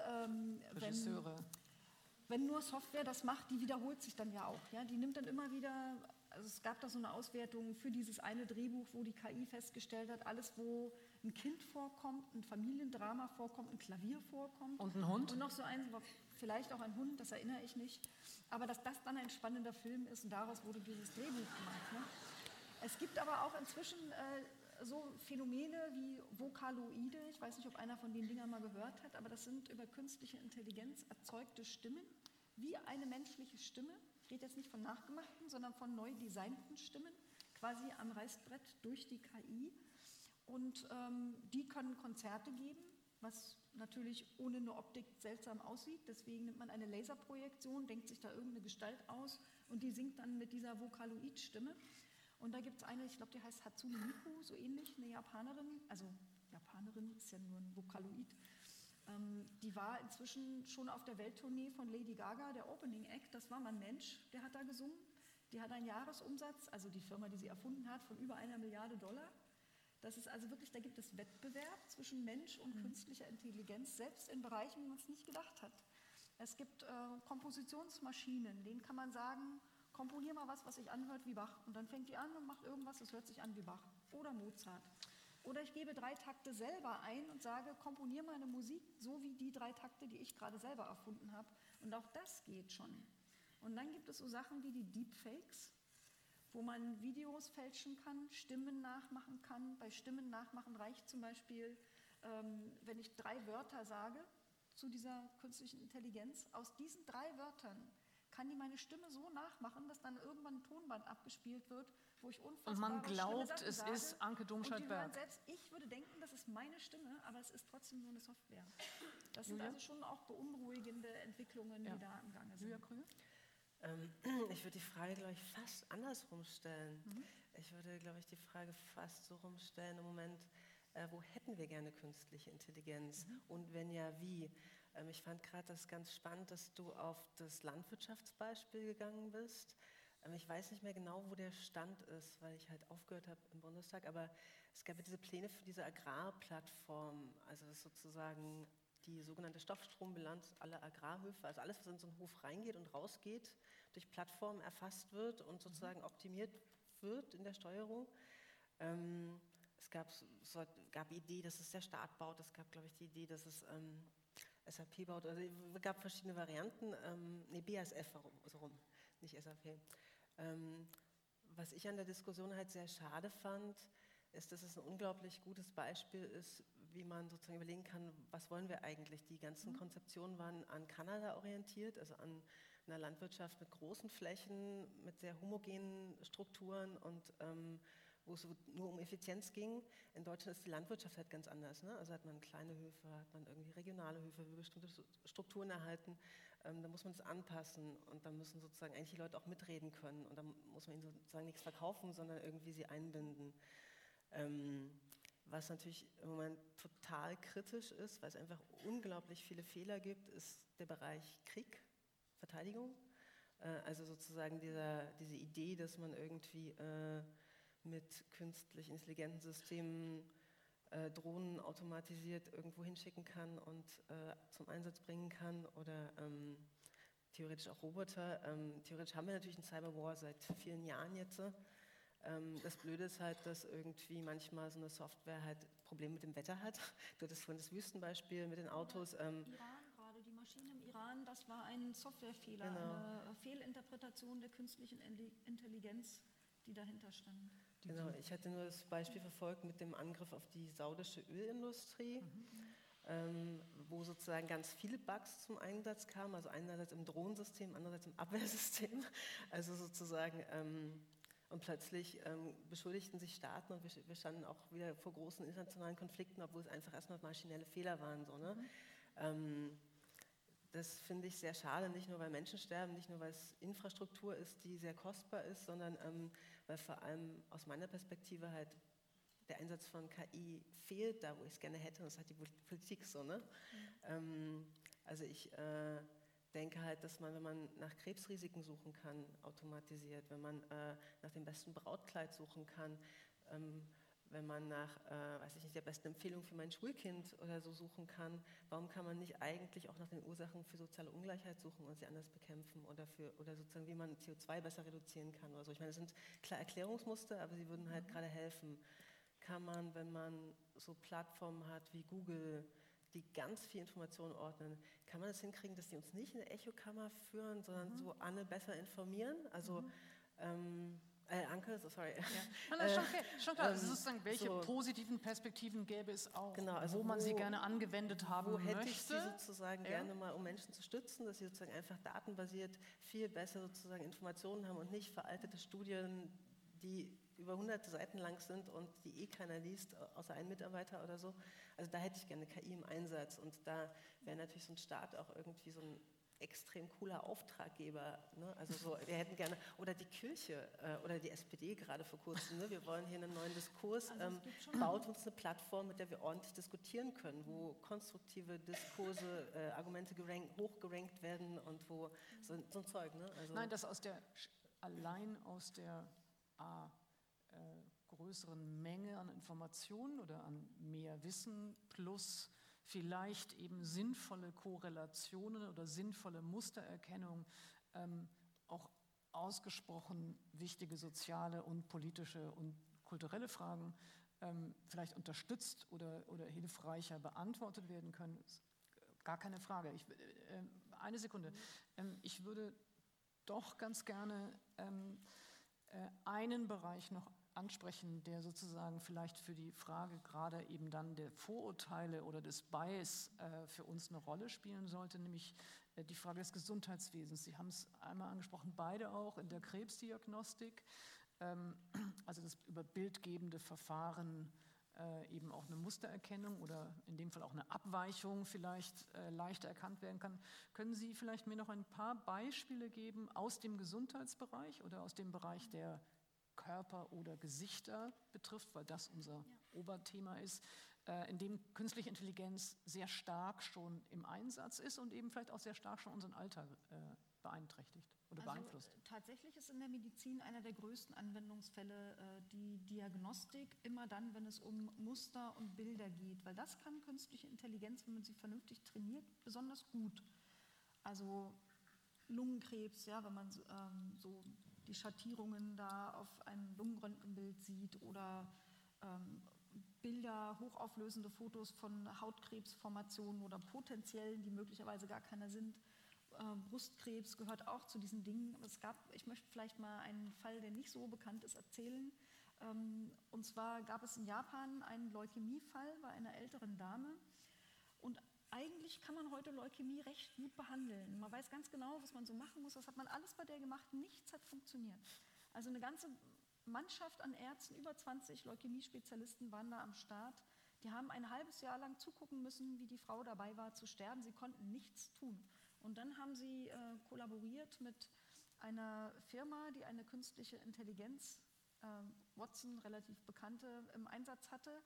wenn nur Software das macht, die wiederholt sich dann ja auch. Ja? Die nimmt dann immer wieder, also es gab da so eine Auswertung für dieses eine Drehbuch, wo die KI festgestellt hat, alles, wo ein Kind vorkommt, ein Familiendrama vorkommt, ein Klavier vorkommt. Und ein Hund? Und noch so eins, vielleicht auch ein Hund, das erinnere ich nicht. Aber dass das dann ein spannender Film ist und daraus wurde dieses Drehbuch gemacht. Ne? Es gibt aber auch inzwischen so Phänomene wie Vokaloide, ich weiß nicht, ob einer von den Dingern mal gehört hat, aber das sind über künstliche Intelligenz erzeugte Stimmen, wie eine menschliche Stimme. Ich rede jetzt nicht von nachgemachten, sondern von neu designten Stimmen, quasi am Reißbrett durch die KI. Und die können Konzerte geben, was natürlich ohne eine Optik seltsam aussieht. Deswegen nimmt man eine Laserprojektion, denkt sich da irgendeine Gestalt aus und die singt dann mit dieser Vokaloid-Stimme. Und da gibt es eine, ich glaube, die heißt Hatsune Miku, so ähnlich, eine Japanerin. Also Japanerin ist ja nur ein Vokaloid. Die war inzwischen schon auf der Welttournee von Lady Gaga, der Opening Act. Das war mal ein Mensch, der hat da gesungen. Die hat einen Jahresumsatz, also die Firma, die sie erfunden hat, von über $1 Milliarde. Das ist also wirklich, da gibt es Wettbewerb zwischen Mensch und künstlicher Intelligenz, selbst in Bereichen, wo man es nicht gedacht hat. Es gibt Kompositionsmaschinen, denen kann man sagen, komponier mal was sich anhört wie Bach. Und dann fängt die an und macht irgendwas, das hört sich an wie Bach. Oder Mozart. Oder ich gebe 3 Takte selber ein und sage, komponier mal eine Musik, so wie die 3 Takte, die ich gerade selber erfunden habe. Und auch das geht schon. Und dann gibt es so Sachen wie die Deepfakes, wo man Videos fälschen kann, Stimmen nachmachen kann. Bei Stimmen nachmachen reicht zum Beispiel wenn ich 3 Wörter sage zu dieser künstlichen Intelligenz, aus diesen 3 Wörtern kann die meine Stimme so nachmachen, dass dann irgendwann ein Tonband abgespielt wird, wo ich unfassbar Und man glaubt, Sachen es sage. ist Anke Und die hören Domscheit-Berg. selbst, ich würde denken, das ist meine Stimme, aber es ist trotzdem nur eine Software. Das sind Julia? also schon auch beunruhigende Entwicklungen, die da im Gange sind. Julia Krüger? Ich würde die Frage, glaube ich, fast andersrum stellen. Ich würde, glaube ich, die Frage fast so rumstellen im Moment, wo hätten wir gerne künstliche Intelligenz und wenn ja, wie? Ich fand gerade das ganz spannend, dass du auf das Landwirtschaftsbeispiel gegangen bist. Ich weiß nicht mehr genau, wo der Stand ist, weil ich halt aufgehört habe im Bundestag, aber es gab ja diese Pläne für diese Agrarplattform, also das ist sozusagen die sogenannte Stoffstrombilanz aller Agrarhöfe, also alles, was in so einen Hof reingeht und rausgeht, durch Plattformen erfasst wird und sozusagen optimiert wird in der Steuerung. Es gab die Idee, dass es der Staat baut, es gab, glaube ich, die Idee, dass es SAP baut, also es gab verschiedene Varianten, BASF so rum, nicht SAP. Was ich an der Diskussion halt sehr schade fand, ist, dass es ein unglaublich gutes Beispiel ist, wie man sozusagen überlegen kann, was wollen wir eigentlich. Die ganzen Konzeptionen waren an Kanada orientiert, also an einer Landwirtschaft mit großen Flächen, mit sehr homogenen Strukturen und wo es nur um Effizienz ging. In Deutschland ist die Landwirtschaft halt ganz anders. Ne? Also hat man kleine Höfe, hat man irgendwie regionale Höfe, will bestimmte Strukturen erhalten. Da muss man es anpassen und dann müssen sozusagen eigentlich die Leute auch mitreden können. Und dann muss man ihnen sozusagen nichts verkaufen, sondern irgendwie sie einbinden. Was natürlich im Moment total kritisch ist, weil es einfach unglaublich viele Fehler gibt, ist der Bereich Krieg, Verteidigung. Also sozusagen diese Idee, dass man irgendwie mit künstlich intelligenten Systemen Drohnen automatisiert irgendwo hinschicken kann und zum Einsatz bringen kann oder theoretisch auch Roboter. Theoretisch haben wir natürlich einen Cyberwar seit vielen Jahren jetzt. Das Blöde ist halt, dass irgendwie manchmal so eine Software halt Probleme mit dem Wetter hat. Du hattest vorhin das Wüstenbeispiel mit den Autos. Iran gerade, die Maschinen im Iran, das war ein Softwarefehler, Genau. eine Fehlinterpretation der künstlichen Intelligenz, die dahinter stand. Genau, ich hatte nur das Beispiel verfolgt mit dem Angriff auf die saudische Ölindustrie, wo sozusagen ganz viele Bugs zum Einsatz kamen, also einerseits im Drohnensystem, andererseits im Abwehrsystem, also sozusagen und plötzlich beschuldigten sich Staaten und wir standen auch wieder vor großen internationalen Konflikten, obwohl es einfach erstmal maschinelle Fehler waren. So, ne? Das finde ich sehr schade, nicht nur weil Menschen sterben, nicht nur weil es Infrastruktur ist, die sehr kostbar ist, sondern weil vor allem aus meiner Perspektive halt der Einsatz von KI fehlt, da wo ich es gerne hätte, und das hat die Politik so. Ne? Also ich denke halt, dass man, wenn man nach Krebsrisiken suchen kann, automatisiert, wenn man nach dem besten Brautkleid suchen kann, wenn man nach, weiß ich nicht, der besten Empfehlung für mein Schulkind oder so suchen kann, warum kann man nicht eigentlich auch nach den Ursachen für soziale Ungleichheit suchen und sie anders bekämpfen oder sozusagen, wie man CO2 besser reduzieren kann oder so. Ich meine, das sind klar Erklärungsmuster, aber sie würden halt gerade helfen. Kann man, wenn man so Plattformen hat wie Google, die ganz viel Informationen ordnen, kann man das hinkriegen, dass die uns nicht in eine Echokammer führen, sondern so alle besser informieren? Also Anke, sorry. Ja. Schon klar. Also sozusagen, welche positiven Perspektiven gäbe es auch, genau, also wo man sie gerne angewendet haben möchte? Wo hätte ich sie sozusagen gerne mal, um Menschen zu stützen, dass sie sozusagen einfach datenbasiert viel besser sozusagen Informationen haben und nicht veraltete Studien, die über hunderte Seiten lang sind und die eh keiner liest, außer ein Mitarbeiter oder so. Also da hätte ich gerne KI im Einsatz und da wäre natürlich so ein Staat auch irgendwie so ein extrem cooler Auftraggeber. Ne? Also so, wir hätten gerne, oder die Kirche oder die SPD gerade vor kurzem, ne? Wir wollen hier einen neuen Diskurs, baut uns eine Plattform, mit der wir ordentlich diskutieren können, wo konstruktive Diskurse, Argumente hochgerankt werden und wo so ein Zeug. Ne? Also nein, das allein aus der größeren Menge an Informationen oder an mehr Wissen plus vielleicht eben sinnvolle Korrelationen oder sinnvolle Mustererkennung auch ausgesprochen wichtige soziale und politische und kulturelle Fragen vielleicht unterstützt oder hilfreicher beantwortet werden können. Gar keine Frage. Eine Sekunde. Ich würde doch ganz gerne einen Bereich noch ansprechen, der sozusagen vielleicht für die Frage gerade eben dann der Vorurteile oder des Bias für uns eine Rolle spielen sollte, nämlich die Frage des Gesundheitswesens. Sie haben es einmal angesprochen, beide auch in der Krebsdiagnostik, also das über bildgebende Verfahren eben auch eine Mustererkennung oder in dem Fall auch eine Abweichung vielleicht leichter erkannt werden kann. Können Sie vielleicht mir noch ein paar Beispiele geben aus dem Gesundheitsbereich oder aus dem Bereich der Körper oder Gesichter betrifft, weil das unser Oberthema ist, in dem künstliche Intelligenz sehr stark schon im Einsatz ist und eben vielleicht auch sehr stark schon unseren Alltag beeinträchtigt oder beeinflusst? Tatsächlich ist in der Medizin einer der größten Anwendungsfälle die Diagnostik, immer dann, wenn es um Muster und Bilder geht, weil das kann künstliche Intelligenz, wenn man sie vernünftig trainiert, besonders gut. Also Lungenkrebs, ja, wenn man so die Schattierungen da auf einem Lungenröntgenbild sieht oder Bilder, hochauflösende Fotos von Hautkrebsformationen oder potenziellen, die möglicherweise gar keiner sind. Brustkrebs gehört auch zu diesen Dingen. Ich möchte vielleicht mal einen Fall, der nicht so bekannt ist, erzählen. Und zwar gab es in Japan einen Leukämiefall bei einer älteren Dame. Und eigentlich kann man heute Leukämie recht gut behandeln. Man weiß ganz genau, was man so machen muss. Das hat man alles bei der gemacht. Nichts hat funktioniert. Also eine ganze Mannschaft an Ärzten, über 20 Leukämie-Spezialisten waren da am Start. Die haben ein halbes Jahr lang zugucken müssen, wie die Frau dabei war zu sterben. Sie konnten nichts tun. Und dann haben sie kollaboriert mit einer Firma, die eine künstliche Intelligenz, Watson, relativ bekannte, im Einsatz hatte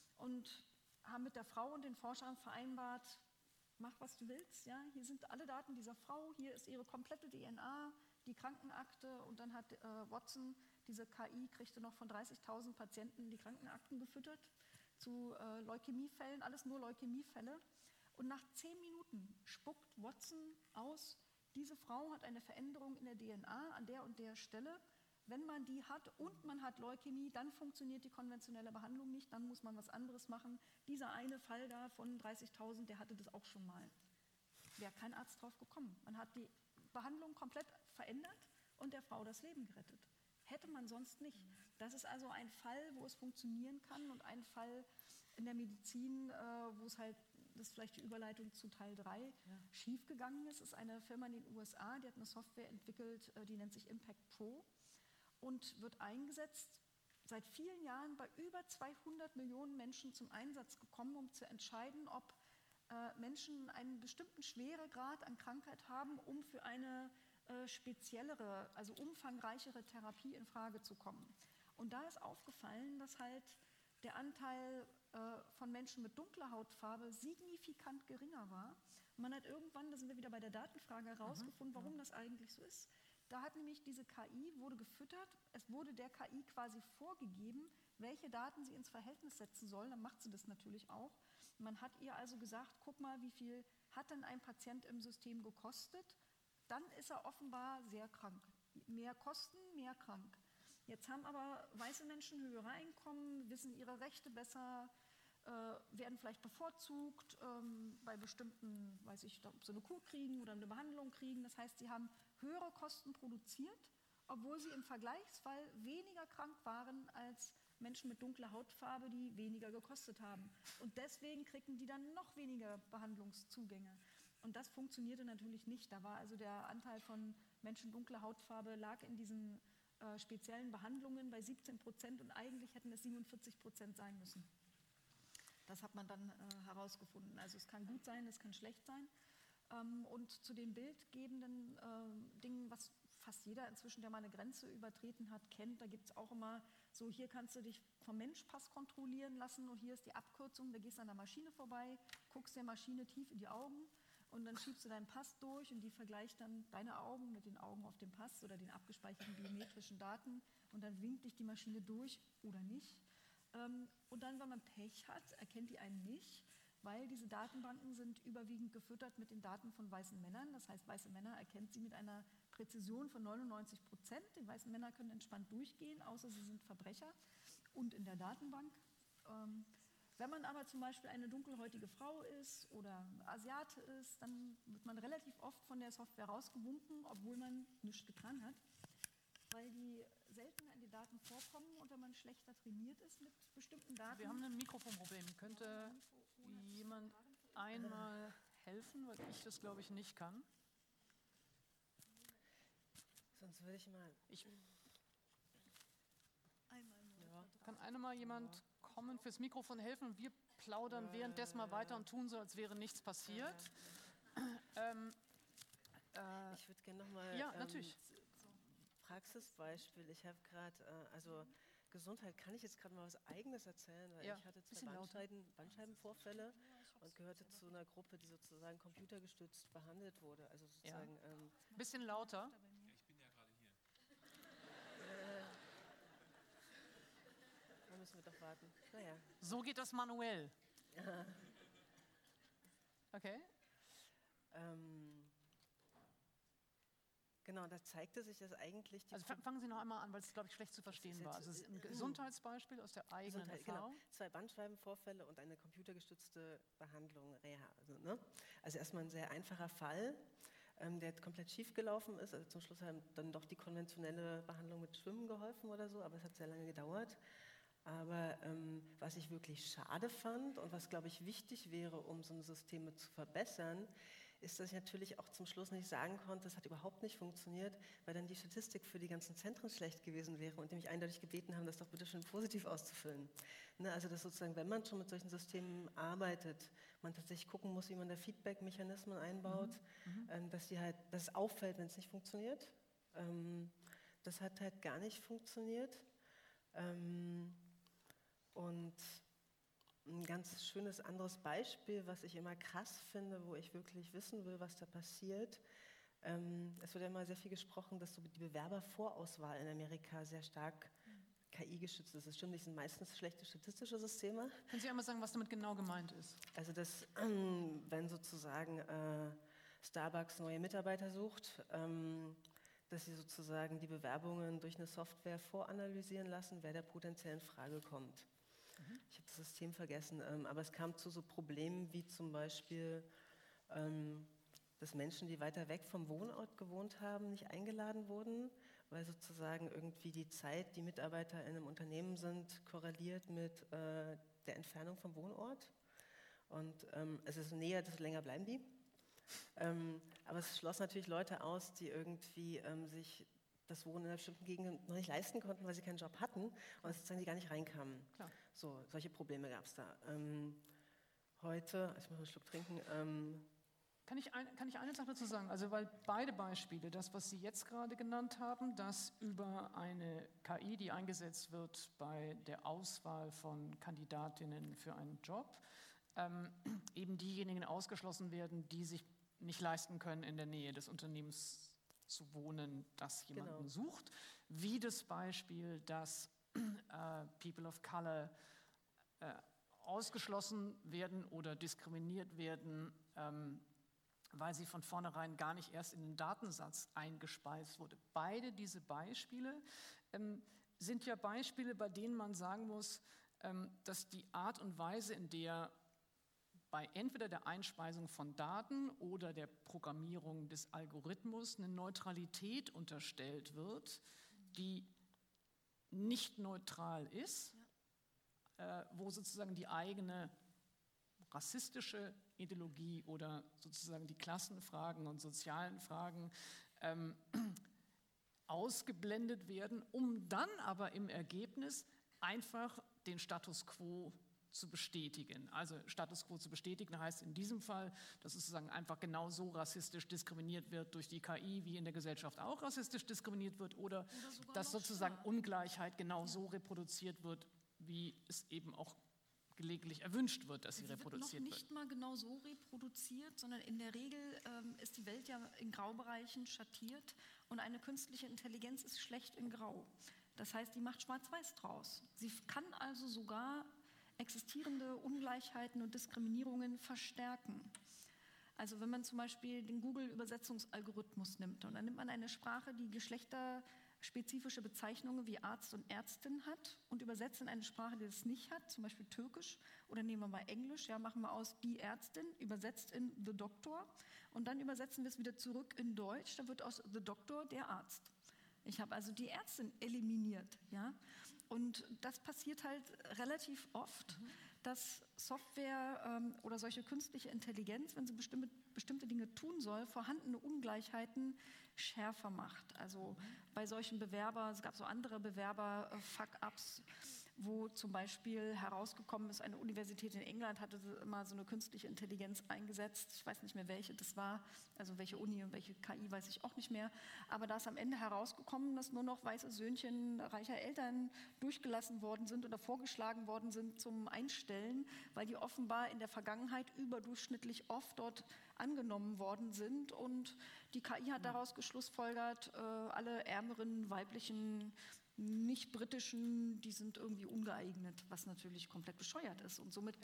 und haben mit der Frau und den Forschern vereinbart, mach was du willst, ja? Hier sind alle Daten dieser Frau, hier ist ihre komplette DNA, die Krankenakte und dann hat Watson, diese KI, kriegte noch von 30.000 Patienten die Krankenakten gefüttert zu Leukämiefällen, alles nur Leukämiefälle. Und nach 10 Minuten spuckt Watson aus, diese Frau hat eine Veränderung in der DNA an der und der Stelle. Wenn man die hat und man hat Leukämie, dann funktioniert die konventionelle Behandlung nicht, dann muss man was anderes machen. Dieser eine Fall da von 30.000, der hatte das auch schon mal. Wäre kein Arzt drauf gekommen. Man hat die Behandlung komplett verändert und der Frau das Leben gerettet. Hätte man sonst nicht. Das ist also ein Fall, wo es funktionieren kann und ein Fall in der Medizin, wo es halt, das ist vielleicht die Überleitung zu Teil 3, schiefgegangen ist. Es ist eine Firma in den USA, die hat eine Software entwickelt, die nennt sich Impact Pro und wird eingesetzt, seit vielen Jahren bei über 200 Millionen Menschen zum Einsatz gekommen, um zu entscheiden, ob Menschen einen bestimmten Schweregrad an Krankheit haben, um für eine speziellere, also umfangreichere Therapie in Frage zu kommen. Und da ist aufgefallen, dass halt der Anteil von Menschen mit dunkler Hautfarbe signifikant geringer war. Und man hat irgendwann, da sind wir wieder bei der Datenfrage, herausgefunden, warum das eigentlich so ist. Da hat nämlich diese KI, wurde gefüttert, es wurde der KI quasi vorgegeben, welche Daten sie ins Verhältnis setzen soll, dann macht sie das natürlich auch. Man hat ihr also gesagt, guck mal, wie viel hat denn ein Patient im System gekostet? Dann ist er offenbar sehr krank. Mehr Kosten, mehr krank. Jetzt haben aber weiße Menschen höhere Einkommen, wissen ihre Rechte besser, werden vielleicht bevorzugt bei bestimmten, weiß ich, ob sie eine Kur kriegen oder eine Behandlung kriegen. Das heißt, sie haben höhere Kosten produziert, obwohl sie im Vergleichsfall weniger krank waren als Menschen mit dunkler Hautfarbe, die weniger gekostet haben. Und deswegen kriegen die dann noch weniger Behandlungszugänge. Und das funktionierte natürlich nicht. Da war also der Anteil von Menschen dunkler Hautfarbe lag in diesen speziellen Behandlungen bei 17% und eigentlich hätten es 47% sein müssen. Das hat man dann herausgefunden. Also es kann gut sein, es kann schlecht sein. Und zu den bildgebenden Dingen, was fast jeder inzwischen, der mal eine Grenze übertreten hat, kennt, da gibt es auch immer so, hier kannst du dich vom Menschpass kontrollieren lassen und hier ist die Abkürzung, da gehst du an der Maschine vorbei, guckst der Maschine tief in die Augen und dann schiebst du deinen Pass durch und die vergleicht dann deine Augen mit den Augen auf dem Pass oder den abgespeicherten biometrischen Daten und dann winkt dich die Maschine durch oder nicht. Und dann, wenn man Pech hat, erkennt die einen nicht, weil diese Datenbanken sind überwiegend gefüttert mit den Daten von weißen Männern. Das heißt, weiße Männer erkennt sie mit einer Präzision von 99%. Die weißen Männer können entspannt durchgehen, außer sie sind Verbrecher und in der Datenbank. Wenn man aber zum Beispiel eine dunkelhäutige Frau ist oder Asiate ist, dann wird man relativ oft von der Software rausgewunken, obwohl man nichts getan hat, weil die seltener in den Daten vorkommen und wenn man schlechter trainiert ist mit bestimmten Daten. Wir haben ein Mikrofonproblem. Könnte jemand einmal helfen, weil ich das, glaube ich, nicht kann? Sonst würde ich mal... Kann einmal jemand kommen, fürs Mikrofon helfen und wir plaudern währenddessen mal weiter und tun so, als wäre nichts passiert. Ich würde gerne nochmal natürlich. Praxisbeispiel. Ich habe gerade, also Gesundheit, kann ich jetzt gerade mal was Eigenes erzählen, weil ich hatte 2 Bandscheibenvorfälle und gehörte zu einer Gruppe, die sozusagen computergestützt behandelt wurde. Also sozusagen... Bisschen lauter. Ich bin ja gerade hier. Da müssen wir doch warten. Naja. So geht das manuell. Okay. Genau, da zeigte sich, dass eigentlich... Also fangen Sie noch einmal an, weil es, glaube ich, schlecht zu verstehen war. Also es ist ein Gesundheitsbeispiel aus der eigenen Erfahrung. Genau, 2 Bandscheibenvorfälle und eine computergestützte Behandlung, Reha. Also erstmal ein sehr einfacher Fall, der komplett schief gelaufen ist. Also zum Schluss haben dann doch die konventionelle Behandlung mit Schwimmen geholfen oder so, aber es hat sehr lange gedauert. Aber was ich wirklich schade fand und was, glaube ich, wichtig wäre, um so Systeme zu verbessern, ist, dass ich natürlich auch zum Schluss nicht sagen konnte, das hat überhaupt nicht funktioniert, weil dann die Statistik für die ganzen Zentren schlecht gewesen wäre und die mich eindeutig gebeten haben, das doch bitte schön positiv auszufüllen. Ne, also dass sozusagen, wenn man schon mit solchen Systemen arbeitet, man tatsächlich gucken muss, wie man da Feedback-Mechanismen einbaut, dass es auffällt, wenn es nicht funktioniert. Das hat halt gar nicht funktioniert. Und ein ganz schönes anderes Beispiel, was ich immer krass finde, wo ich wirklich wissen will, was da passiert. Es wird ja immer sehr viel gesprochen, dass so die Bewerbervorauswahl in Amerika sehr stark KI-geschützt ist. Das stimmt nicht, sind meistens schlechte statistische Systeme. Können Sie einmal sagen, was damit genau gemeint ist? Also dass, wenn sozusagen Starbucks neue Mitarbeiter sucht, dass sie sozusagen die Bewerbungen durch eine Software voranalysieren lassen, wer da potenziell in Frage kommt. Ich habe das System vergessen, aber es kam zu so Problemen wie zum Beispiel, dass Menschen, die weiter weg vom Wohnort gewohnt haben, nicht eingeladen wurden, weil sozusagen irgendwie die Zeit, die Mitarbeiter in einem Unternehmen sind, korreliert mit der Entfernung vom Wohnort. Und es ist näher, desto länger bleiben die. Aber es schloss natürlich Leute aus, die irgendwie sich das Wohnen in einer bestimmten Gegend noch nicht leisten konnten, weil sie keinen Job hatten und sozusagen die gar nicht reinkamen. Klar. So, solche Probleme gab es da. Heute, ich muss mal einen Schluck trinken. Kann ich eine Sache dazu sagen? Also weil beide Beispiele, das, was Sie jetzt gerade genannt haben, dass über eine KI, die eingesetzt wird bei der Auswahl von Kandidatinnen für einen Job, eben diejenigen ausgeschlossen werden, die sich nicht leisten können, in der Nähe des Unternehmens zu wohnen, das jemanden sucht, wie das Beispiel, dass People of Color ausgeschlossen werden oder diskriminiert werden, weil sie von vornherein gar nicht erst in den Datensatz eingespeist wurde. Beide diese Beispiele sind ja Beispiele, bei denen man sagen muss, dass die Art und Weise, in der bei entweder der Einspeisung von Daten oder der Programmierung des Algorithmus eine Neutralität unterstellt wird, die nicht neutral ist, wo sozusagen die eigene rassistische Ideologie oder sozusagen die Klassenfragen und sozialen Fragen ausgeblendet werden, um dann aber im Ergebnis einfach den Status quo zu bestätigen. Also Status quo zu bestätigen heißt in diesem Fall, dass sozusagen einfach genauso rassistisch diskriminiert wird durch die KI, wie in der Gesellschaft auch rassistisch diskriminiert wird, oder dass sozusagen Ungleichheit genauso reproduziert wird, wie es eben auch gelegentlich erwünscht wird, dass sie reproduziert wird. Noch nicht mal genau so reproduziert, sondern in der Regel ist die Welt ja in Graubereichen schattiert und eine künstliche Intelligenz ist schlecht in Grau. Das heißt, die macht Schwarz-Weiß draus. Sie kann also sogar existierende Ungleichheiten und Diskriminierungen verstärken. Also wenn man zum Beispiel den Google-Übersetzungsalgorithmus nimmt und dann nimmt man eine Sprache, die geschlechterspezifische Bezeichnungen wie Arzt und Ärztin hat und übersetzt in eine Sprache, die das nicht hat, zum Beispiel Türkisch oder nehmen wir mal Englisch, ja, machen wir aus die Ärztin, übersetzt in the Doctor und dann übersetzen wir es wieder zurück in Deutsch, dann wird aus the Doctor der Arzt. Ich habe also die Ärztin eliminiert. Ja? Und das passiert halt relativ oft, dass Software oder solche künstliche Intelligenz, wenn sie bestimmte Dinge tun soll, vorhandene Ungleichheiten schärfer macht. Also bei solchen es gab so andere Bewerber-Fuck-Ups, wo zum Beispiel herausgekommen ist, eine Universität in England hatte immer so eine künstliche Intelligenz eingesetzt. Ich weiß nicht mehr, welche das war, also welche Uni und welche KI weiß ich auch nicht mehr. Aber da ist am Ende herausgekommen, dass nur noch weiße Söhnchen reicher Eltern durchgelassen worden sind oder vorgeschlagen worden sind zum Einstellen, weil die offenbar in der Vergangenheit überdurchschnittlich oft dort angenommen worden sind. Und die KI hat daraus geschlussfolgert, alle ärmeren weiblichen nicht britischen, die sind irgendwie ungeeignet, was natürlich komplett bescheuert ist. Und somit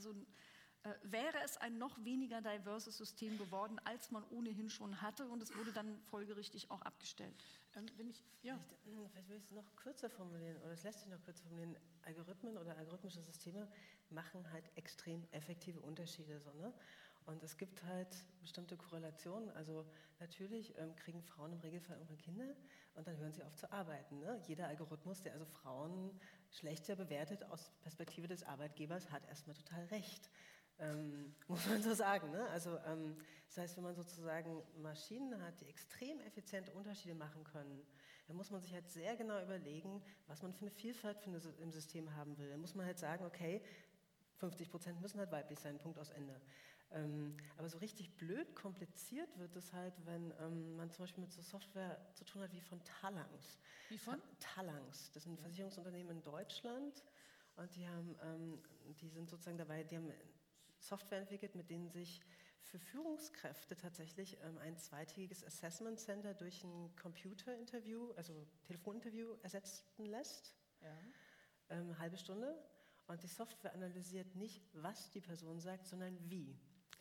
wäre es ein noch weniger diverses System geworden, als man ohnehin schon hatte. Und es wurde dann folgerichtig auch abgestellt. Vielleicht will ich es noch kürzer formulieren, oder es lässt sich noch kürzer formulieren. Algorithmen oder algorithmische Systeme machen halt extrem effektive Unterschiede. So, ne? Und es gibt halt bestimmte Korrelationen. Also natürlich kriegen Frauen im Regelfall irgendwann Kinder und dann hören sie auf zu arbeiten. Ne? Jeder Algorithmus, der also Frauen schlechter bewertet aus Perspektive des Arbeitgebers, hat erstmal total recht. Muss man so sagen. Ne? Also das heißt, wenn man sozusagen Maschinen hat, die extrem effiziente Unterschiede machen können, dann muss man sich halt sehr genau überlegen, was man für eine Vielfalt im System haben will. Dann muss man halt sagen, okay, 50% müssen halt weiblich sein, Punkt aus Ende. Aber so richtig blöd kompliziert wird es halt, wenn man zum Beispiel mit so Software zu tun hat wie von Talanx. Wie von? Talanx, das sind Versicherungsunternehmen in Deutschland und die sind sozusagen dabei, die haben Software entwickelt, mit denen sich für Führungskräfte tatsächlich ein zweitägiges Assessment Center durch ein Computerinterview, also Telefoninterview ersetzen lässt. Ja. Halbe Stunde. Und die Software analysiert nicht, was die Person sagt, sondern wie.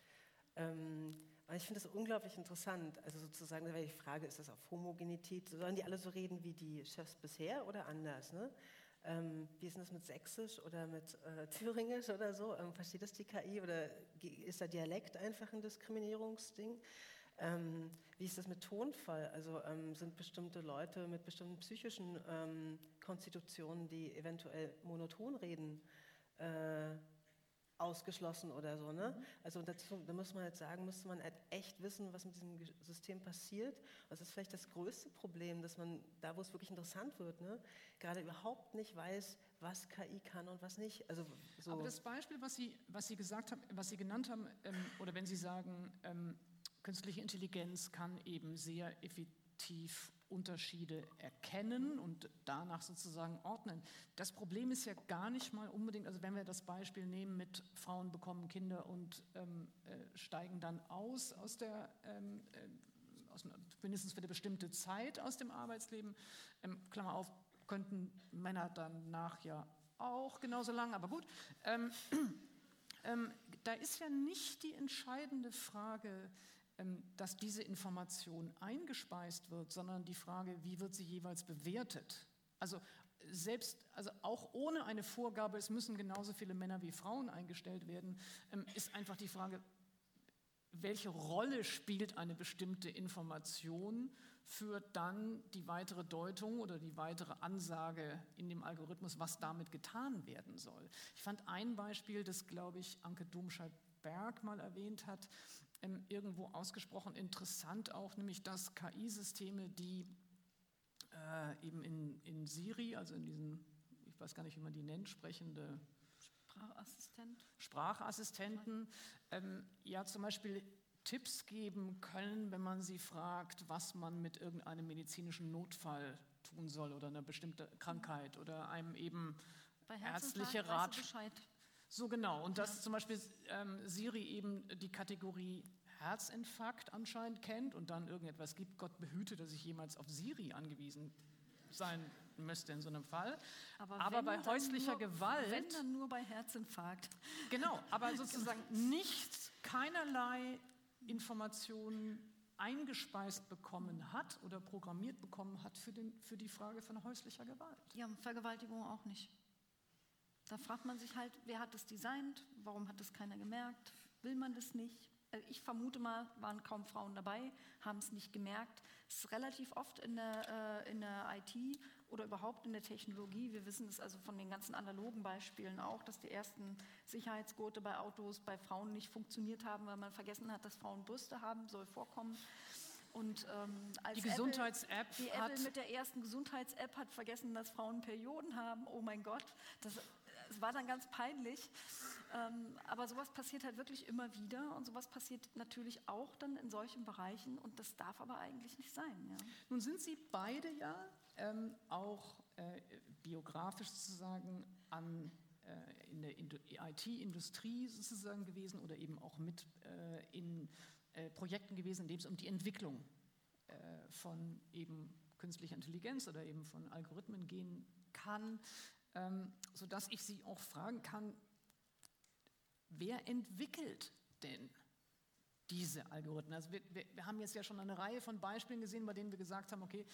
Ich finde das unglaublich interessant. Also sozusagen, da wäre die Frage, ist das auf Homogenität? Sollen die alle so reden wie die Chefs bisher oder anders? Ne? Wie ist denn das mit Sächsisch oder mit Thüringisch oder so? Versteht das die KI oder ist da Dialekt einfach ein Diskriminierungsding? Wie ist das mit Tonfall? Also sind bestimmte Leute mit bestimmten psychischen Konstitutionen, die eventuell monoton reden, ausgeschlossen oder so. Ne? Also dazu, da muss man halt sagen, müsste man halt echt wissen, was mit diesem System passiert. Das ist vielleicht das größte Problem, dass man da, wo es wirklich interessant wird, ne, gerade überhaupt nicht weiß, was KI kann und was nicht. Also so. Aber das Beispiel, was Sie gesagt haben, was Sie genannt haben, oder wenn Sie sagen, künstliche Intelligenz kann eben sehr effektiv Unterschiede erkennen und danach sozusagen ordnen. Das Problem ist ja gar nicht mal unbedingt, also wenn wir das Beispiel nehmen mit Frauen bekommen Kinder und steigen dann mindestens für eine bestimmte Zeit aus dem Arbeitsleben, Klammer auf, könnten Männer danach ja auch genauso lang, aber gut. Da ist ja nicht die entscheidende Frage, dass diese Information eingespeist wird, sondern die Frage, wie wird sie jeweils bewertet? Also auch ohne eine Vorgabe, es müssen genauso viele Männer wie Frauen eingestellt werden, ist einfach die Frage, welche Rolle spielt eine bestimmte Information für dann die weitere Deutung oder die weitere Ansage in dem Algorithmus, was damit getan werden soll. Ich fand ein Beispiel, das, glaube ich, Anke Domscheit-Berg mal erwähnt hat, irgendwo ausgesprochen interessant auch, nämlich dass KI-Systeme, die eben in Siri, also in diesen, ich weiß gar nicht, wie man die nennt, sprechende Sprachassistenten, ja zum Beispiel Tipps geben können, wenn man sie fragt, was man mit irgendeinem medizinischen Notfall tun soll oder einer bestimmten Krankheit oder einem eben ärztliche Ratschläge. So genau, und dass zum Beispiel Siri eben die Kategorie Herzinfarkt anscheinend kennt und dann irgendetwas gibt, Gott behüte, dass ich jemals auf Siri angewiesen sein müsste in so einem Fall. Aber bei häuslicher Gewalt... Wenn dann nur bei Herzinfarkt. Genau, aber sozusagen keinerlei Informationen eingespeist bekommen hat oder programmiert bekommen hat für die Frage von häuslicher Gewalt. Ja, Vergewaltigung auch nicht. Da fragt man sich halt, wer hat das designt, warum hat das keiner gemerkt, will man das nicht? ich vermute mal, waren kaum Frauen dabei, haben es nicht gemerkt. Es ist relativ oft in der IT oder überhaupt in der Technologie. Wir wissen es also von den ganzen analogen Beispielen auch, dass die ersten Sicherheitsgurte bei Autos bei Frauen nicht funktioniert haben, weil man vergessen hat, dass Frauen Brüste haben, soll vorkommen. Und als die Gesundheits-App Apple mit der ersten Gesundheits-App hat vergessen, dass Frauen Perioden haben. Oh mein Gott, das war dann ganz peinlich. Aber sowas passiert halt wirklich immer wieder und sowas passiert natürlich auch dann in solchen Bereichen und das darf aber eigentlich nicht sein. Ja. Nun sind Sie beide ja auch biografisch sozusagen in der IT-Industrie sozusagen gewesen oder eben auch mit in Projekten gewesen, in denen es um die Entwicklung von eben künstlicher Intelligenz oder eben von Algorithmen gehen kann, sodass ich Sie auch fragen kann, wer entwickelt denn diese Algorithmen? Also wir haben jetzt ja schon eine Reihe von Beispielen gesehen, bei denen wir gesagt haben, okay,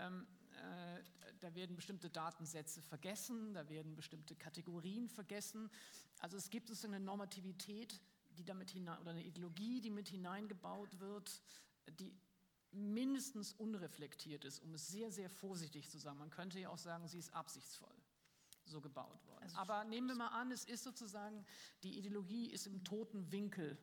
da werden bestimmte Datensätze vergessen, da werden bestimmte Kategorien vergessen. Also es gibt sozusagen eine Normativität, die damit oder eine Ideologie, die mit hineingebaut wird, die mindestens unreflektiert ist, um es sehr, sehr vorsichtig zu sagen. Man könnte ja auch sagen, sie ist absichtsvoll so gebaut worden. Also aber nehmen wir mal an, es ist sozusagen, die Ideologie ist im toten Winkel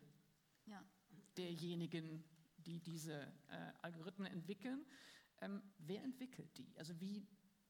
derjenigen, die diese Algorithmen entwickeln. Wer entwickelt die? Also wie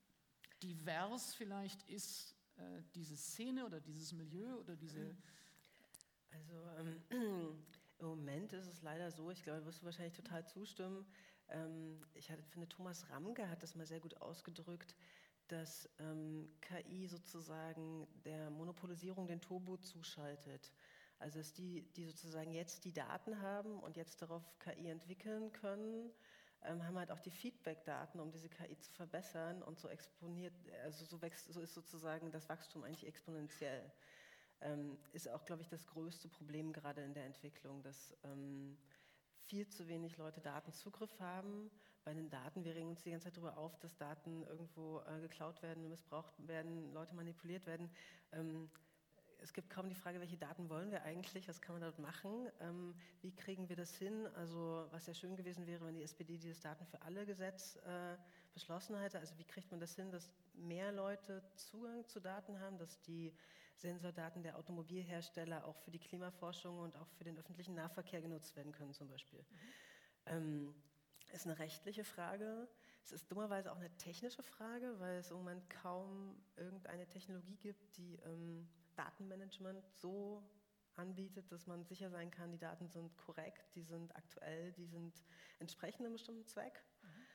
divers vielleicht ist diese Szene oder dieses Milieu oder diese... Also im Moment ist es leider so, ich glaube, da wirst du wahrscheinlich total zustimmen, finde, Thomas Ramge hat das mal sehr gut ausgedrückt, dass KI sozusagen der Monopolisierung den Turbo zuschaltet. Also dass die sozusagen jetzt die Daten haben und jetzt darauf KI entwickeln können, haben halt auch die Feedback-Daten, um diese KI zu verbessern und so exponiert, also so ist sozusagen das Wachstum eigentlich exponentiell. Ist auch, glaube ich, das größte Problem gerade in der Entwicklung, dass viel zu wenig Leute Datenzugriff haben. Bei den Daten, wir regen uns die ganze Zeit darüber auf, dass Daten irgendwo geklaut werden, missbraucht werden, Leute manipuliert werden. Es gibt kaum die Frage, welche Daten wollen wir eigentlich, was kann man dort machen, wie kriegen wir das hin? Also was sehr schön gewesen wäre, wenn die SPD dieses Daten für alle Gesetz beschlossen hätte. Also wie kriegt man das hin, dass mehr Leute Zugang zu Daten haben, dass die Sensordaten der Automobilhersteller auch für die Klimaforschung und auch für den öffentlichen Nahverkehr genutzt werden können zum Beispiel. Ist eine rechtliche Frage. Es ist dummerweise auch eine technische Frage, weil es im Moment kaum irgendeine Technologie gibt, die Datenmanagement so anbietet, dass man sicher sein kann, die Daten sind korrekt, die sind aktuell, die sind entsprechend einem bestimmten Zweck.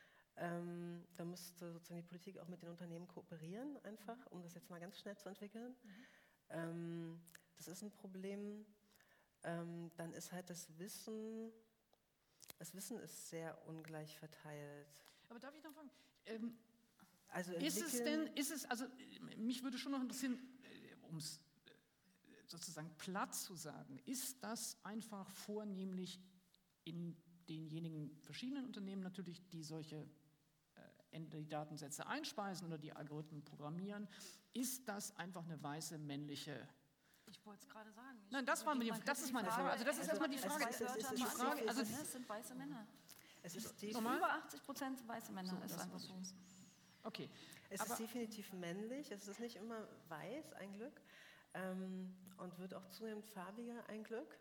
Da müsste sozusagen die Politik auch mit den Unternehmen kooperieren, einfach, um das jetzt mal ganz schnell zu entwickeln. Das ist ein Problem. Dann ist halt das Wissen ist sehr ungleich verteilt. Aber darf ich noch fragen, also mich würde schon noch interessieren, um es sozusagen platt zu sagen, ist das einfach vornehmlich in denjenigen verschiedenen Unternehmen natürlich, die solche die Datensätze einspeisen oder die Algorithmen programmieren, ist das einfach eine weiße männliche... Ich wollte es gerade sagen. Nein, das ist meine Frage. Also das ist erstmal die Frage. Es sind weiße Männer. Es ist über 80% weiße Männer, so, ist einfach so. Okay. Es ist definitiv männlich, es ist nicht immer weiß, ein Glück, und wird auch zunehmend farbiger, ein Glück.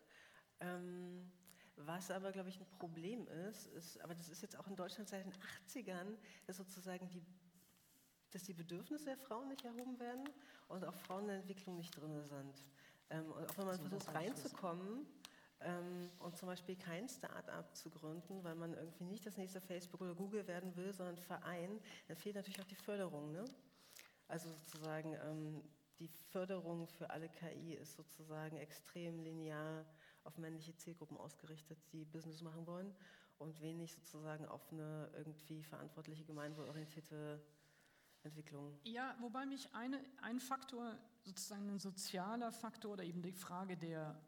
Was aber, glaube ich, ein Problem ist, aber das ist jetzt auch in Deutschland seit den 80ern, dass sozusagen dass die Bedürfnisse der Frauen nicht erhoben werden und auch Frauen in der Entwicklung nicht drin sind. Und auch wenn man versucht reinzukommen und zum Beispiel kein Start-up zu gründen, weil man irgendwie nicht das nächste Facebook oder Google werden will, sondern Verein, dann fehlt natürlich auch die Förderung. Ne? Also sozusagen die Förderung für alle KI ist sozusagen extrem linear auf männliche Zielgruppen ausgerichtet, die Business machen wollen und wenig sozusagen auf eine irgendwie verantwortliche, gemeinwohlorientierte Entwicklung. Ja, wobei mich ein Faktor, sozusagen ein sozialer Faktor oder eben die Frage der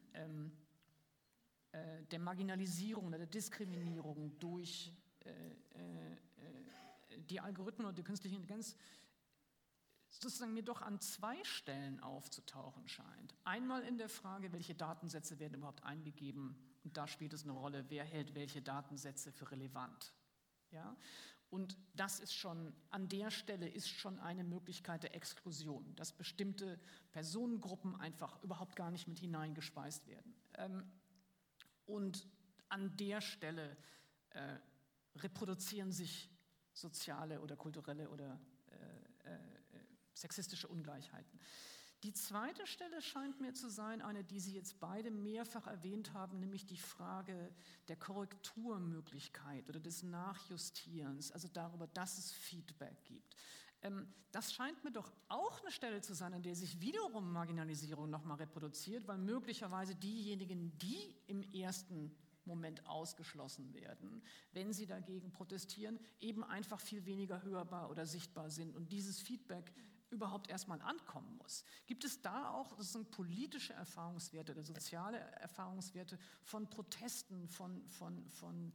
Marginalisierung oder der Diskriminierung durch die Algorithmen und die künstliche Intelligenz sozusagen mir doch an 2 Stellen aufzutauchen scheint. Einmal in der Frage, welche Datensätze werden überhaupt eingegeben, und da spielt es eine Rolle, wer hält welche Datensätze für relevant. Ja? Und das ist schon, an der Stelle ist schon eine Möglichkeit der Exklusion, dass bestimmte Personengruppen einfach überhaupt gar nicht mit hineingespeist werden. Und an der Stelle reproduzieren sich soziale oder kulturelle oder sexistische Ungleichheiten. Die zweite Stelle scheint mir zu sein, eine, die Sie jetzt beide mehrfach erwähnt haben, nämlich die Frage der Korrekturmöglichkeit oder des Nachjustierens, also darüber, dass es Feedback gibt. Das scheint mir doch auch eine Stelle zu sein, an der sich wiederum Marginalisierung nochmal reproduziert, weil möglicherweise diejenigen, die im ersten Moment ausgeschlossen werden, wenn sie dagegen protestieren, eben einfach viel weniger hörbar oder sichtbar sind und dieses Feedback überhaupt erstmal ankommen muss. Gibt es da auch sozusagen politische Erfahrungswerte oder soziale Erfahrungswerte von Protesten, von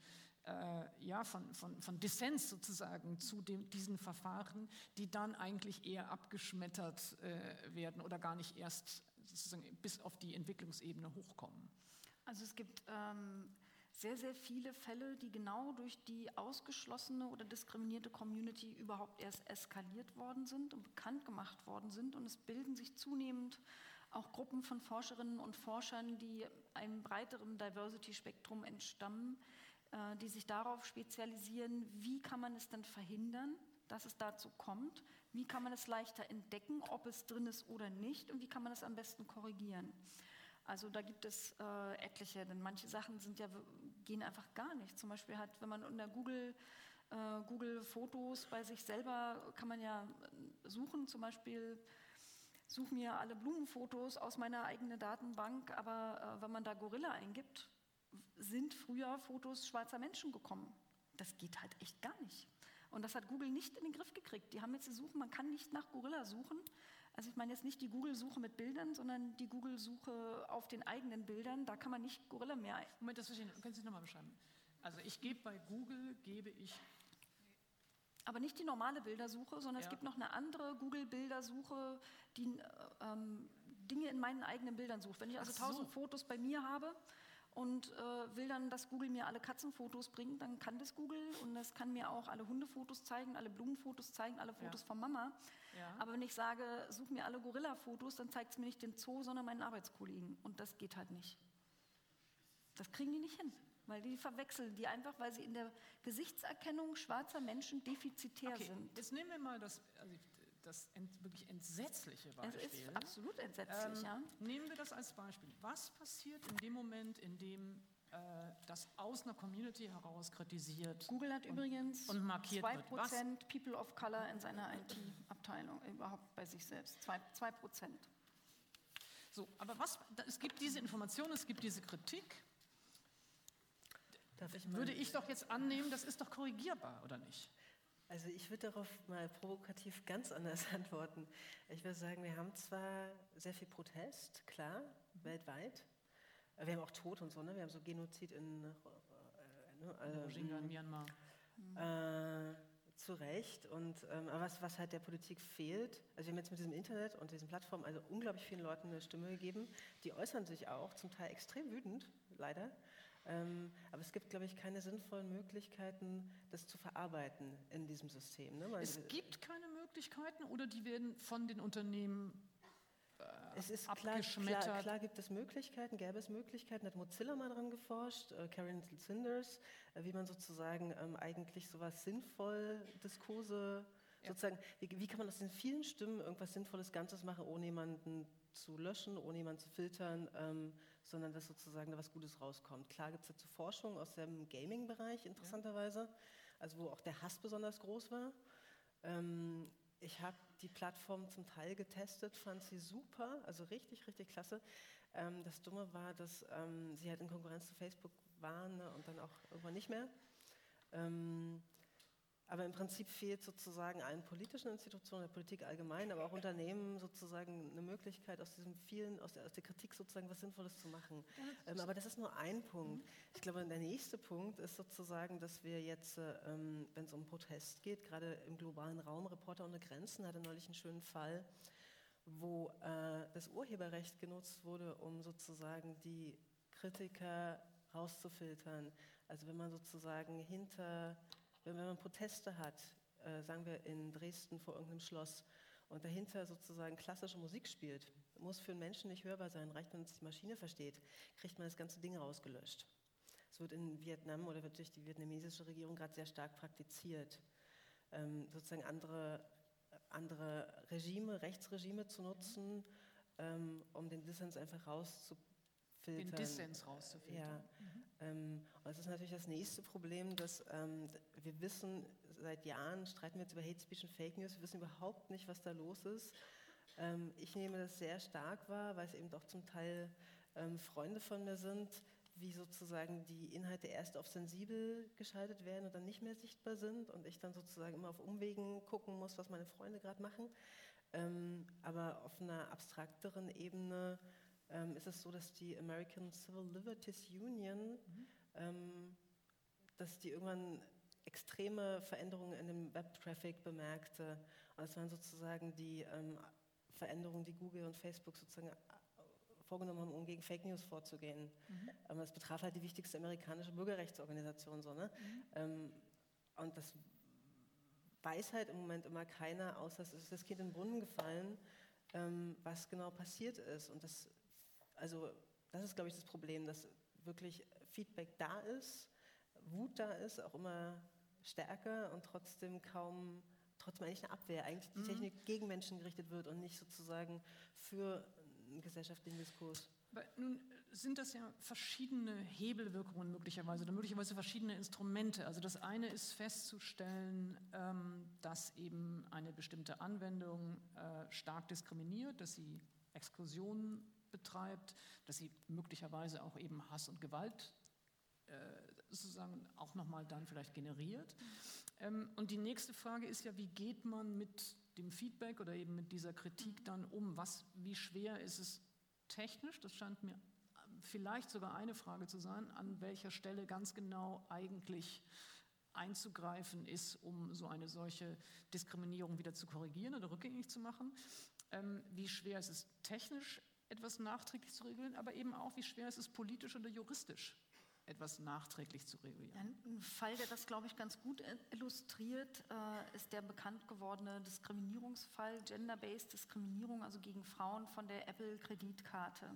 Dissens sozusagen zu diesen Verfahren, die dann eigentlich eher abgeschmettert werden oder gar nicht erst sozusagen bis auf die Entwicklungsebene hochkommen? Also es gibt sehr, sehr viele Fälle, die genau durch die ausgeschlossene oder diskriminierte Community überhaupt erst eskaliert worden sind und bekannt gemacht worden sind. Und es bilden sich zunehmend auch Gruppen von Forscherinnen und Forschern, die einem breiteren Diversity-Spektrum entstammen, die sich darauf spezialisieren, wie kann man es denn verhindern, dass es dazu kommt, wie kann man es leichter entdecken, ob es drin ist oder nicht und wie kann man es am besten korrigieren. Also da gibt es etliche, denn manche Sachen gehen einfach gar nicht. Zum Beispiel wenn man in der Google Fotos bei sich selber, kann man ja suchen, zum Beispiel, such mir alle Blumenfotos aus meiner eigenen Datenbank, aber wenn man da Gorilla eingibt, sind früher Fotos schwarzer Menschen gekommen. Das geht halt echt gar nicht. Und das hat Google nicht in den Griff gekriegt. Die haben jetzt gesucht, man kann nicht nach Gorilla suchen. Also ich meine jetzt nicht die Google-Suche mit Bildern, sondern die Google-Suche auf den eigenen Bildern. Da kann man nicht Gorilla mehr. Moment, das verstehe ich. Können Sie es nochmal beschreiben? Also ich gebe bei Google, aber nicht die normale Bildersuche, sondern es gibt noch eine andere Google-Bildersuche, die Dinge in meinen eigenen Bildern sucht. Wenn ich also 1000 Fotos bei mir habe und will dann, dass Google mir alle Katzenfotos bringt, dann kann das Google und das kann mir auch alle Hundefotos zeigen, alle Blumenfotos zeigen, alle Fotos von Mama. Ja. Aber wenn ich sage, such mir alle Gorilla-Fotos, dann zeigt es mir nicht den Zoo, sondern meinen Arbeitskollegen. Und das geht halt nicht. Das kriegen die nicht hin, weil die verwechseln die einfach, weil sie in der Gesichtserkennung schwarzer Menschen defizitär sind. Jetzt nehmen wir mal das wirklich entsetzliche Beispiel. Es ist absolut entsetzlich, ja. Nehmen wir das als Beispiel. Was passiert in dem Moment, in dem das aus einer Community heraus kritisiert Google hat übrigens und markiert 2% wird? People of Color in seiner IT-Abteilung, überhaupt bei sich selbst. 2%. So, aber es gibt diese Information, es gibt diese Kritik. Würde ich doch jetzt annehmen, das ist doch korrigierbar, oder nicht? Also ich würde darauf mal provokativ ganz anders antworten. Ich würde sagen, wir haben zwar sehr viel Protest, klar, weltweit. Wir haben auch Tod und so, ne? Wir haben so Genozid in Rohingya in Myanmar. Zu Recht. Aber was halt der Politik fehlt, also wir haben jetzt mit diesem Internet und diesen Plattformen also unglaublich vielen Leuten eine Stimme gegeben, die äußern sich auch, zum Teil extrem wütend, leider. Aber es gibt, glaube ich, keine sinnvollen Möglichkeiten, das zu verarbeiten in diesem System. Ne? Es gibt keine Möglichkeiten oder die werden von den Unternehmen es ist abgeschmettert? Klar gibt es Möglichkeiten, gäbe es Möglichkeiten, hat Mozilla mal dran geforscht, Karen Sanders, wie man sozusagen eigentlich sowas sinnvoll, Diskurse, sozusagen, wie kann man aus den vielen Stimmen irgendwas Sinnvolles Ganzes machen, ohne jemanden zu löschen, ohne jemanden zu filtern, sondern dass sozusagen da was Gutes rauskommt. Klar gibt es dazu Forschung aus dem Gaming-Bereich, interessanterweise, also wo auch der Hass besonders groß war. Ich habe die Plattform zum Teil getestet, fand sie super, also richtig, richtig klasse. Das Dumme war, dass sie halt in Konkurrenz zu Facebook waren, ne, und dann auch irgendwann nicht mehr. Aber im Prinzip fehlt sozusagen allen politischen Institutionen, der Politik allgemein, aber auch Unternehmen sozusagen eine Möglichkeit, aus diesem vielen, aus der Kritik sozusagen was Sinnvolles zu machen. Aber das ist nur ein Punkt. Ich glaube, der nächste Punkt ist sozusagen, dass wir jetzt, wenn es um Protest geht, gerade im globalen Raum, Reporter ohne Grenzen hatte neulich einen schönen Fall, wo das Urheberrecht genutzt wurde, um sozusagen die Kritiker rauszufiltern. Also wenn man sozusagen wenn man Proteste hat, sagen wir in Dresden vor irgendeinem Schloss, und dahinter sozusagen klassische Musik spielt, muss für einen Menschen nicht hörbar sein, reicht, wenn es die Maschine versteht, kriegt man das ganze Ding rausgelöscht. Es wird in Vietnam oder wird durch die vietnamesische Regierung gerade sehr stark praktiziert, sozusagen andere Regime, Rechtsregime zu nutzen, um den Dissens einfach rauszufiltern. Den Dissens rauszufiltern. Ja. Und das ist natürlich das nächste Problem, dass wir wissen, seit Jahren streiten wir jetzt über Hate Speech und Fake News, wir wissen überhaupt nicht, was da los ist. Ich nehme das sehr stark wahr, weil es eben doch zum Teil Freunde von mir sind, wie sozusagen die Inhalte erst auf sensibel geschaltet werden und dann nicht mehr sichtbar sind und ich dann sozusagen immer auf Umwegen gucken muss, was meine Freunde gerade machen. Aber auf einer abstrakteren Ebene ist es so, dass die American Civil Liberties Union, dass die irgendwann extreme Veränderungen in dem Web-Traffic bemerkte. Und das waren sozusagen die Veränderungen, die Google und Facebook sozusagen vorgenommen haben, um gegen Fake News vorzugehen. Das betraf halt die wichtigste amerikanische Bürgerrechtsorganisation. So, ne? Und das weiß halt im Moment immer keiner, außer es ist das Kind in den Brunnen gefallen, was genau passiert ist. Und das ist, glaube ich, das Problem, dass wirklich Feedback da ist, Wut da ist, auch immer stärker und trotzdem eigentlich eine Abwehr, eigentlich die Technik gegen Menschen gerichtet wird und nicht sozusagen für einen gesellschaftlichen Diskurs. Aber nun sind das ja verschiedene Hebelwirkungen möglicherweise oder möglicherweise verschiedene Instrumente. Also das eine ist festzustellen, dass eben eine bestimmte Anwendung stark diskriminiert, dass sie Exklusion betreibt, dass sie möglicherweise auch eben Hass und Gewalt sozusagen auch nochmal dann vielleicht generiert. Und die nächste Frage ist ja, wie geht man mit dem Feedback oder eben mit dieser Kritik dann um? Wie schwer ist es technisch? Das scheint mir vielleicht sogar eine Frage zu sein, an welcher Stelle ganz genau eigentlich einzugreifen ist, um solche Diskriminierung wieder zu korrigieren oder rückgängig zu machen. Wie schwer ist es technisch, etwas nachträglich zu regeln, aber eben auch, wie schwer ist es politisch oder juristisch, etwas nachträglich zu regulieren. Ein Fall, der das, glaube ich, ganz gut illustriert, ist der bekannt gewordene Diskriminierungsfall, Gender-Based Diskriminierung, also gegen Frauen von der Apple-Kreditkarte.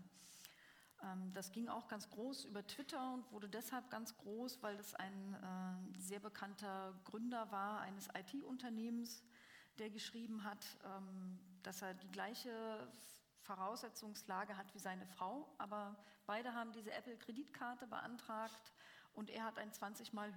Das ging auch ganz groß über Twitter und wurde deshalb ganz groß, weil das ein sehr bekannter Gründer war eines IT-Unternehmens, der geschrieben hat, dass er die gleiche Voraussetzungslage hat wie seine Frau, aber beide haben diese Apple-Kreditkarte beantragt und er hat einen 20 mal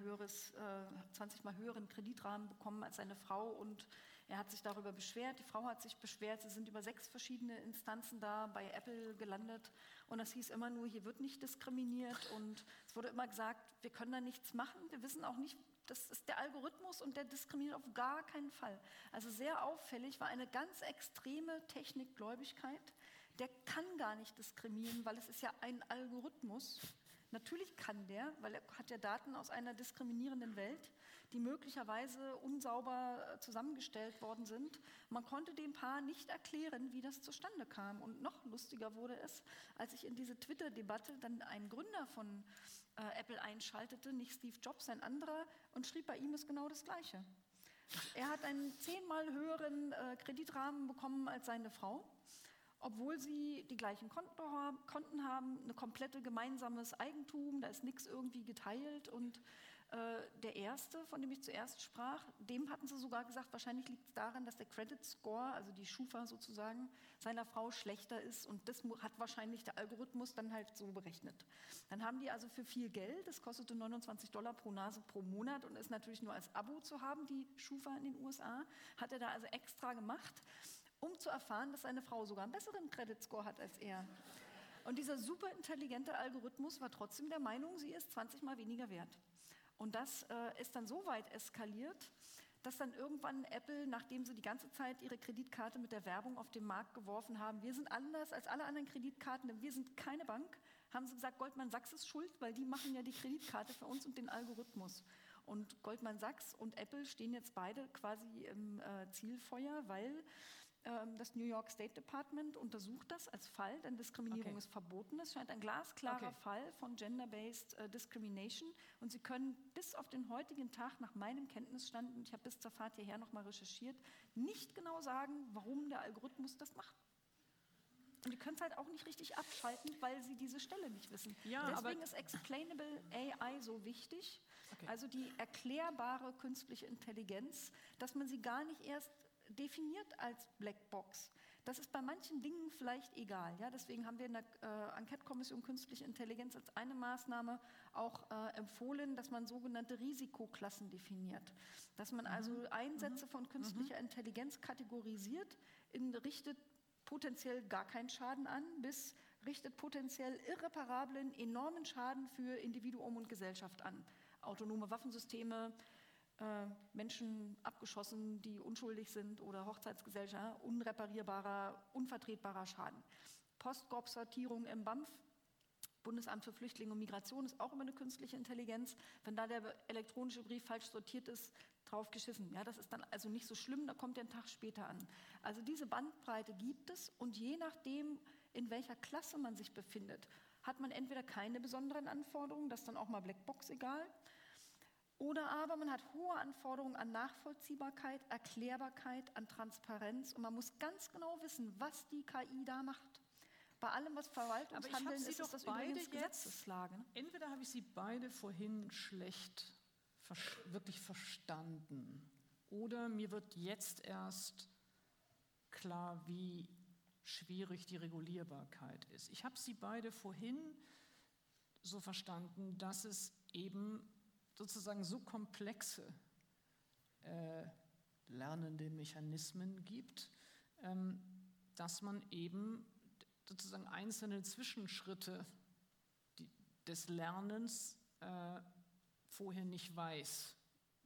höheren Kreditrahmen bekommen als seine Frau und er hat sich darüber beschwert, die Frau hat sich beschwert, sie sind über 6 verschiedene Instanzen da bei Apple gelandet und das hieß immer nur, hier wird nicht diskriminiert und es wurde immer gesagt, wir können da nichts machen, wir wissen auch nicht, das ist der Algorithmus und der diskriminiert auf gar keinen Fall. Also sehr auffällig war eine ganz extreme Technikgläubigkeit. Der kann gar nicht diskriminieren, weil es ist ja ein Algorithmus. Natürlich kann der, weil er hat ja Daten aus einer diskriminierenden Welt, die möglicherweise unsauber zusammengestellt worden sind. Man konnte dem Paar nicht erklären, wie das zustande kam. Und noch lustiger wurde es, als ich in diese Twitter-Debatte dann einen Gründer von Apple einschaltete, nicht Steve Jobs, ein anderer, und schrieb, bei ihm ist genau das Gleiche. Er hat einen 10-mal höheren Kreditrahmen bekommen als seine Frau, obwohl sie die gleichen Konten haben, ein komplette gemeinsames Eigentum, da ist nichts irgendwie geteilt und der Erste, von dem ich zuerst sprach, dem hatten sie sogar gesagt, wahrscheinlich liegt es daran, dass der Credit Score, also die Schufa sozusagen, seiner Frau schlechter ist und das hat wahrscheinlich der Algorithmus dann halt so berechnet. Dann haben die also für viel Geld, das kostete $29 pro Nase pro Monat und ist natürlich nur als Abo zu haben, die Schufa in den USA, hat er da also extra gemacht, um zu erfahren, dass seine Frau sogar einen besseren Credit Score hat als er. Und dieser superintelligente Algorithmus war trotzdem der Meinung, sie ist 20 mal weniger wert. Und das ist dann so weit eskaliert, dass dann irgendwann Apple, nachdem sie die ganze Zeit ihre Kreditkarte mit der Werbung auf den Markt geworfen haben, wir sind anders als alle anderen Kreditkarten, denn wir sind keine Bank, haben sie gesagt, Goldman Sachs ist schuld, weil die machen ja die Kreditkarte für uns und den Algorithmus. Und Goldman Sachs und Apple stehen jetzt beide quasi im Zielfeuer, weil das New York State Department untersucht das als Fall, denn Diskriminierung ist verboten. Es scheint ein glasklarer Fall von Gender-Based Discrimination. Und Sie können bis auf den heutigen Tag nach meinem Kenntnisstand, und ich habe bis zur Fahrt hierher nochmal recherchiert, nicht genau sagen, warum der Algorithmus das macht. Und die können es halt auch nicht richtig abschalten, weil sie diese Stelle nicht wissen. Ja, deswegen ist Explainable AI so wichtig, also die erklärbare künstliche Intelligenz, dass man sie gar nicht erst definiert als Blackbox. Das ist bei manchen Dingen vielleicht egal. Ja? Deswegen haben wir in der Enquete-Kommission Künstliche Intelligenz als eine Maßnahme auch empfohlen, dass man sogenannte Risikoklassen definiert. Dass man also Einsätze von künstlicher Intelligenz kategorisiert, richtet potenziell gar keinen Schaden an, bis richtet potenziell irreparablen, enormen Schaden für Individuum und Gesellschaft an. Autonome Waffensysteme, Menschen abgeschossen, die unschuldig sind oder Hochzeitsgesellschaft, unreparierbarer, unvertretbarer Schaden. Postkorpssortierung im BAMF, Bundesamt für Flüchtlinge und Migration, ist auch immer eine künstliche Intelligenz. Wenn da der elektronische Brief falsch sortiert ist, drauf geschissen. Ja, das ist dann also nicht so schlimm, da kommt der einen Tag später an. Also diese Bandbreite gibt es und je nachdem, in welcher Klasse man sich befindet, hat man entweder keine besonderen Anforderungen, das ist dann auch mal Blackbox egal, oder aber man hat hohe Anforderungen an Nachvollziehbarkeit, Erklärbarkeit, an Transparenz und man muss ganz genau wissen, was die KI da macht. Bei allem, was Verwaltungshandeln ist, ist das übrigens Gesetzeslage. Ne? Entweder habe ich Sie beide vorhin schlecht wirklich verstanden oder mir wird jetzt erst klar, wie schwierig die Regulierbarkeit ist. Ich habe Sie beide vorhin so verstanden, dass es eben sozusagen so komplexe lernende Mechanismen gibt, dass man eben sozusagen einzelne Zwischenschritte des Lernens vorher nicht weiß,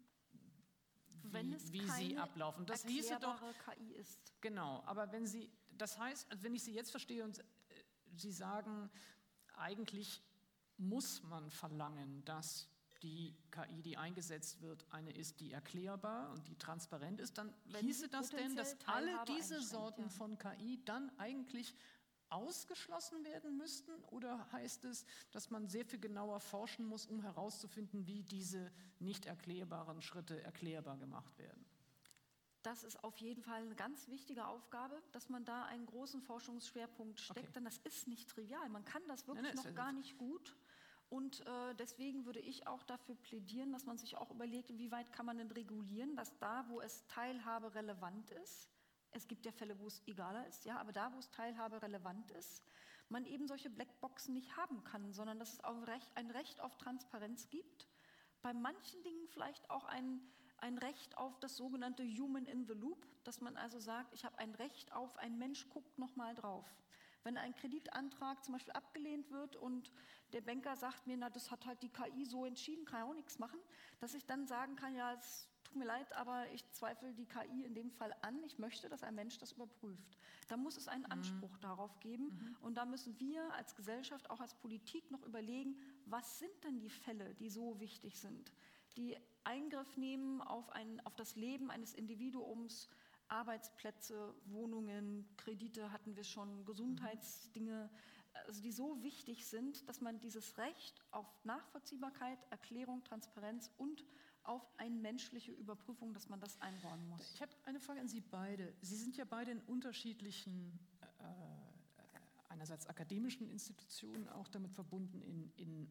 wie sie ablaufen. Das hieße doch KI ist. Genau, aber wenn Sie, das heißt, wenn ich Sie jetzt verstehe und Sie sagen, eigentlich muss man verlangen, dass die KI, die eingesetzt wird, eine ist, die erklärbar und die transparent ist, dann hieße das denn, dass alle diese Sorten von KI dann eigentlich ausgeschlossen werden müssten? Oder heißt es, dass man sehr viel genauer forschen muss, um herauszufinden, wie diese nicht erklärbaren Schritte erklärbar gemacht werden? Das ist auf jeden Fall eine ganz wichtige Aufgabe, dass man da einen großen Forschungsschwerpunkt steckt, denn das ist nicht trivial. Man kann das wirklich noch gar nicht gut. Und deswegen würde ich auch dafür plädieren, dass man sich auch überlegt, wie weit kann man denn regulieren, dass da, wo es Teilhabe relevant ist, es gibt ja Fälle, wo es egaler ist, ja, aber da, wo es Teilhabe relevant ist, man eben solche Blackboxen nicht haben kann, sondern dass es auch ein Recht auf Transparenz gibt. Bei manchen Dingen vielleicht auch ein Recht auf das sogenannte Human in the Loop, dass man also sagt, ich habe ein Recht auf, ein Mensch guckt nochmal drauf. Wenn ein Kreditantrag zum Beispiel abgelehnt wird und der Banker sagt mir, na, das hat halt die KI so entschieden, kann ja auch nichts machen, dass ich dann sagen kann, ja, es tut mir leid, aber ich zweifle die KI in dem Fall an, ich möchte, dass ein Mensch das überprüft. Da muss es einen Anspruch darauf geben und da müssen wir als Gesellschaft, auch als Politik noch überlegen, was sind denn die Fälle, die so wichtig sind, die Eingriff nehmen auf das Leben eines Individuums, Arbeitsplätze, Wohnungen, Kredite hatten wir schon, Gesundheitsdinge, also die so wichtig sind, dass man dieses Recht auf Nachvollziehbarkeit, Erklärung, Transparenz und auf eine menschliche Überprüfung, dass man das einräumen muss. Ich habe eine Frage an Sie beide. Sie sind ja beide in unterschiedlichen, einerseits akademischen Institutionen, auch damit verbunden in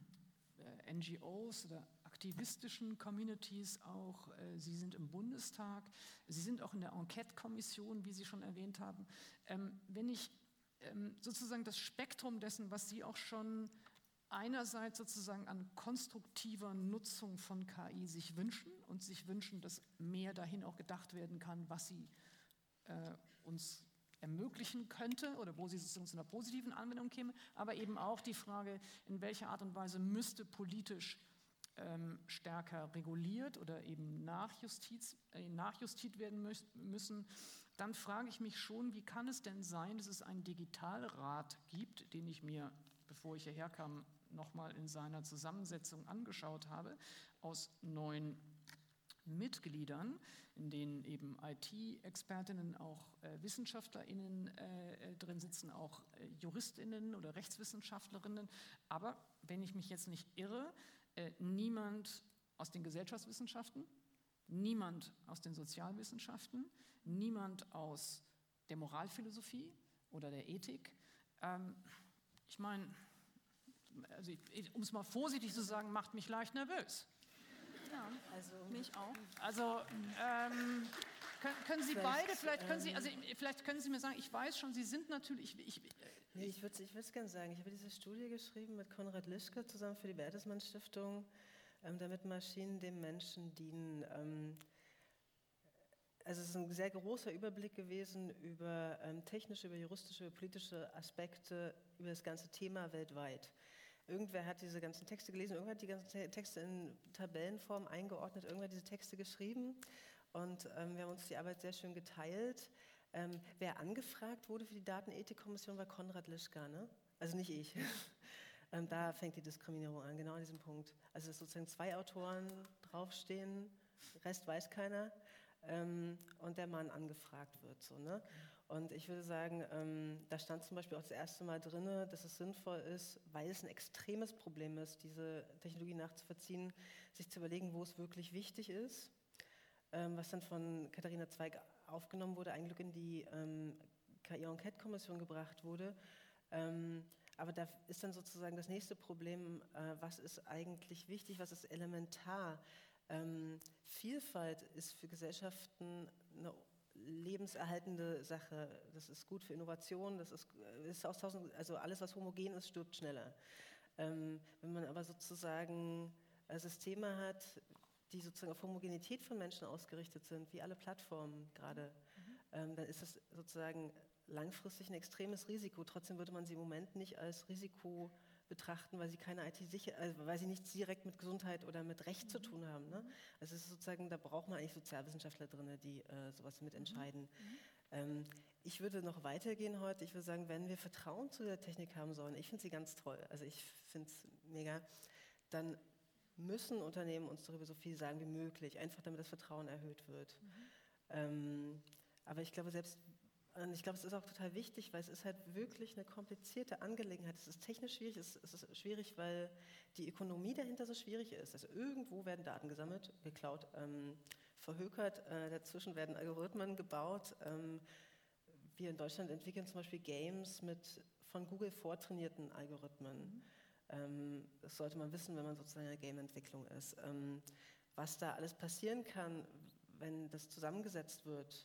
NGOs oder aktivistischen Communities auch. Sie sind im Bundestag, Sie sind auch in der Enquete-Kommission, wie Sie schon erwähnt haben. Wenn ich sozusagen das Spektrum dessen, was Sie auch schon einerseits sozusagen an konstruktiver Nutzung von KI sich wünschen und sich wünschen, dass mehr dahin auch gedacht werden kann, was sie uns ermöglichen könnte oder wo sie sozusagen zu einer positiven Anwendung käme, aber eben auch die Frage, in welcher Art und Weise müsste politisch stärker reguliert oder eben nachjustiert werden müssen, dann frage ich mich schon, wie kann es denn sein, dass es einen Digitalrat gibt, den ich mir, bevor ich hierher kam, nochmal in seiner Zusammensetzung angeschaut habe, aus 9 Mitgliedern, in denen eben IT-Expertinnen, auch WissenschaftlerInnen drin sitzen, auch JuristInnen oder Rechtswissenschaftlerinnen. Aber wenn ich mich jetzt nicht irre, niemand aus den Gesellschaftswissenschaften, niemand aus den Sozialwissenschaften, niemand aus der Moralphilosophie oder der Ethik. Ich meine, also um es mal vorsichtig zu sagen, macht mich leicht nervös. Ja, also mich auch. Also können Sie beide, vielleicht können Sie mir sagen, ich weiß schon, Sie sind natürlich... Ich würde es gerne sagen, ich habe diese Studie geschrieben mit Konrad Lischke zusammen für die Bertelsmann Stiftung, damit Maschinen dem Menschen dienen. Also es ist ein sehr großer Überblick gewesen über technische, über juristische, über politische Aspekte, über das ganze Thema weltweit. Irgendwer hat diese ganzen Texte gelesen, irgendwer hat die ganzen Texte in Tabellenform eingeordnet, irgendwer hat diese Texte geschrieben und wir haben uns die Arbeit sehr schön geteilt. Wer angefragt wurde für die Datenethikkommission war Konrad Lischka, ne? Also nicht ich. Da fängt die Diskriminierung an, genau an diesem Punkt. Also dass sozusagen 2 Autoren draufstehen, Rest weiß keiner und der Mann angefragt wird. So, ne? Und ich würde sagen, da stand zum Beispiel auch das erste Mal drin, dass es sinnvoll ist, weil es ein extremes Problem ist, diese Technologie nachzuvollziehen, sich zu überlegen, wo es wirklich wichtig ist, was dann von Katharina Zweig aufgenommen wurde, ein Glück in die KI-Enquete-Kommission gebracht wurde. Aber da ist dann sozusagen das nächste Problem, was ist eigentlich wichtig, was ist elementar. Vielfalt ist für Gesellschaften eine lebenserhaltende Sache. Das ist gut für Innovation, das ist austauschend, also alles, was homogen ist, stirbt schneller. Wenn man aber sozusagen Systeme hat, die sozusagen auf Homogenität von Menschen ausgerichtet sind, wie alle Plattformen gerade, dann ist das sozusagen langfristig ein extremes Risiko. Trotzdem würde man sie im Moment nicht als Risiko betrachten, weil sie keine weil sie nichts direkt mit Gesundheit oder mit Recht zu tun haben. Ne? Also es ist sozusagen, da braucht man eigentlich Sozialwissenschaftler drin, die sowas mitentscheiden. Ich würde noch weitergehen heute. Ich würde sagen, wenn wir Vertrauen zu der Technik haben sollen, ich finde sie ganz toll, also ich finde es mega, dann müssen Unternehmen uns darüber so viel sagen wie möglich, einfach damit das Vertrauen erhöht wird. Aber ich glaube, es ist auch total wichtig, weil es ist halt wirklich eine komplizierte Angelegenheit. Es ist technisch schwierig, es ist schwierig, weil die Ökonomie dahinter so schwierig ist. Also irgendwo werden Daten gesammelt, geklaut, verhökert, dazwischen werden Algorithmen gebaut. Wir in Deutschland entwickeln zum Beispiel Games mit von Google vortrainierten Algorithmen. Das sollte man wissen, wenn man sozusagen in der Game-Entwicklung ist. Was da alles passieren kann, wenn das zusammengesetzt wird.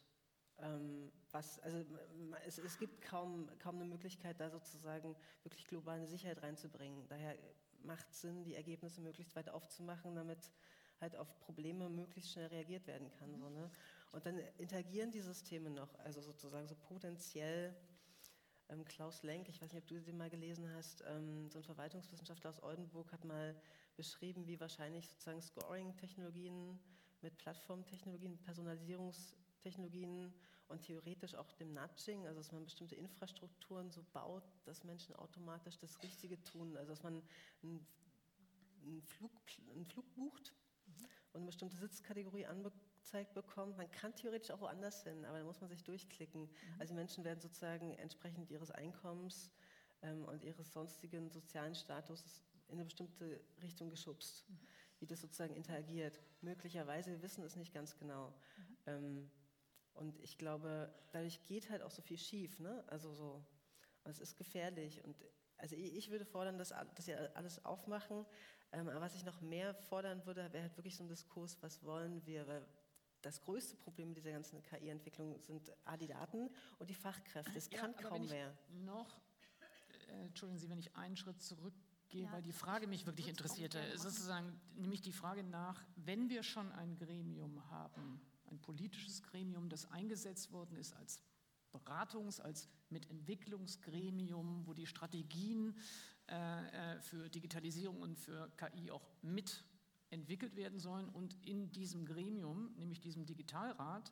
Es gibt kaum eine Möglichkeit, da sozusagen wirklich globale Sicherheit reinzubringen. Daher macht es Sinn, die Ergebnisse möglichst weit aufzumachen, damit halt auf Probleme möglichst schnell reagiert werden kann. So, ne? Und dann interagieren die Systeme noch, also sozusagen so potenziell. Klaus Lenk, ich weiß nicht, ob du den mal gelesen hast, so ein Verwaltungswissenschaftler aus Oldenburg hat mal beschrieben, wie wahrscheinlich sozusagen Scoring-Technologien mit Plattformtechnologien, Personalisierungstechnologien und theoretisch auch dem Nudging, also dass man bestimmte Infrastrukturen so baut, dass Menschen automatisch das Richtige tun, also dass man einen Flug bucht und eine bestimmte Sitzkategorie angezeigt bekommt. Man kann theoretisch auch woanders hin, aber da muss man sich durchklicken. Also die Menschen werden sozusagen entsprechend ihres Einkommens und ihres sonstigen sozialen Status in eine bestimmte Richtung geschubst, wie das sozusagen interagiert. Möglicherweise, wir wissen es nicht ganz genau. Und ich glaube, dadurch geht halt auch so viel schief, ne? Also so, und es ist gefährlich. Und also ich würde fordern, dass wir alles aufmachen. Aber was ich noch mehr fordern würde, wäre halt wirklich so ein Diskurs, was wollen wir, weil das größte Problem dieser ganzen KI-Entwicklung sind die Daten und die Fachkräfte. Es kann kaum mehr. Entschuldigen Sie, wenn ich einen Schritt zurückgehe, weil die Frage mich wirklich interessierte, sozusagen nämlich die Frage nach, wenn wir schon ein Gremium haben, ein politisches Gremium, das eingesetzt worden ist als als Mitentwicklungsgremium, wo die Strategien für Digitalisierung und für KI auch mit entwickelt werden sollen. Und in diesem Gremium, nämlich diesem Digitalrat,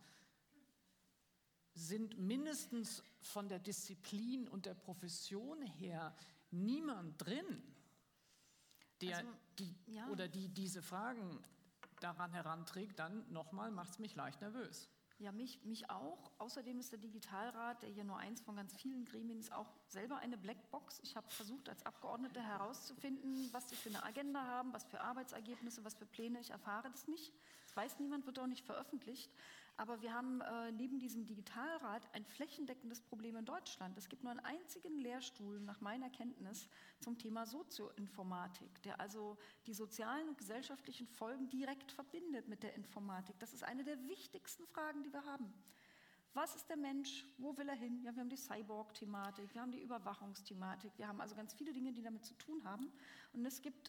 sind mindestens von der Disziplin und der Profession her niemand drin, der die diese Fragen daran heranträgt. Dann nochmal macht es mich leicht nervös. Ja, mich auch. Außerdem ist der Digitalrat, der hier nur eins von ganz vielen Gremien ist, auch selber eine Blackbox. Ich habe versucht, als Abgeordnete herauszufinden, was sie für eine Agenda haben, was für Arbeitsergebnisse, was für Pläne. Ich erfahre das nicht. Das weiß niemand, wird auch nicht veröffentlicht. Aber wir haben neben diesem Digitalrat ein flächendeckendes Problem in Deutschland. Es gibt nur einen einzigen Lehrstuhl, nach meiner Kenntnis, zum Thema Sozioinformatik, der also die sozialen und gesellschaftlichen Folgen direkt verbindet mit der Informatik. Das ist eine der wichtigsten Fragen, die wir haben. Was ist der Mensch? Wo will er hin? Ja, wir haben die Cyborg-Thematik, wir haben die Überwachungsthematik, wir haben also ganz viele Dinge, die damit zu tun haben. Und es gibt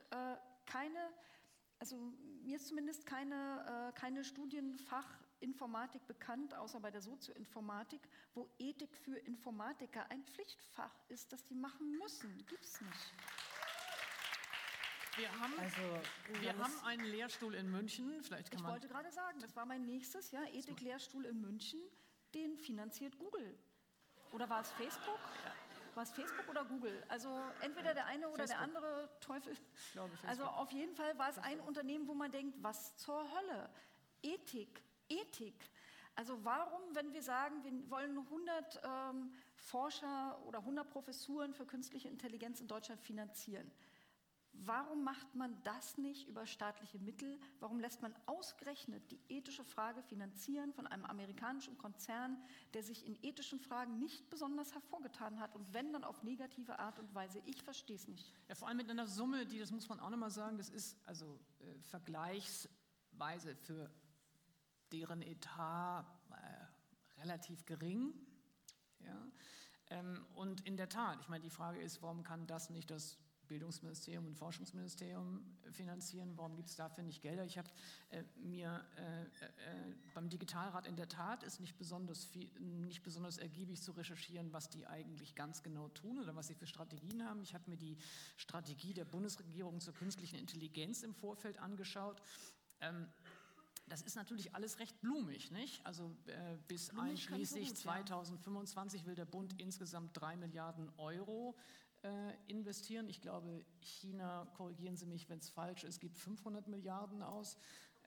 mir ist zumindest keine Studienfach-Informatik bekannt, außer bei der Sozioinformatik, wo Ethik für Informatiker ein Pflichtfach ist, das die machen müssen. Gibt es nicht. Wir haben einen Lehrstuhl in München. Ich wollte gerade sagen, das war mein nächstes, ja, Ethik-Lehrstuhl in München, den finanziert Google. Oder war es Facebook? Ja. War es Facebook oder Google? Also entweder der eine oder der andere Teufel. Ich glaube, Facebook. Also auf jeden Fall war es ein Unternehmen, wo man denkt, was zur Hölle? Ethik. Also warum, wenn wir sagen, wir wollen 100 Forscher oder 100 Professuren für künstliche Intelligenz in Deutschland finanzieren, warum macht man das nicht über staatliche Mittel? Warum lässt man ausgerechnet die ethische Frage finanzieren von einem amerikanischen Konzern, der sich in ethischen Fragen nicht besonders hervorgetan hat und wenn, dann auf negative Art und Weise? Ich verstehe es nicht. Ja, vor allem mit einer Summe, das muss man auch nochmal sagen, das ist also vergleichsweise für deren Etat relativ gering. Ja? Und in der Tat, ich meine, die Frage ist, warum kann das nicht das Bildungsministerium und Forschungsministerium finanzieren? Warum gibt es dafür nicht Gelder? Ich habe mir beim Digitalrat in der Tat ist nicht besonders ergiebig zu recherchieren, was die eigentlich ganz genau tun oder was sie für Strategien haben. Ich habe mir die Strategie der Bundesregierung zur künstlichen Intelligenz im Vorfeld angeschaut. Das ist natürlich alles recht blumig, nicht? Also bis einschließlich 2025 will der Bund insgesamt 3 Milliarden Euro investieren. Ich glaube, China, korrigieren Sie mich, wenn es falsch ist, gibt 500 Milliarden aus.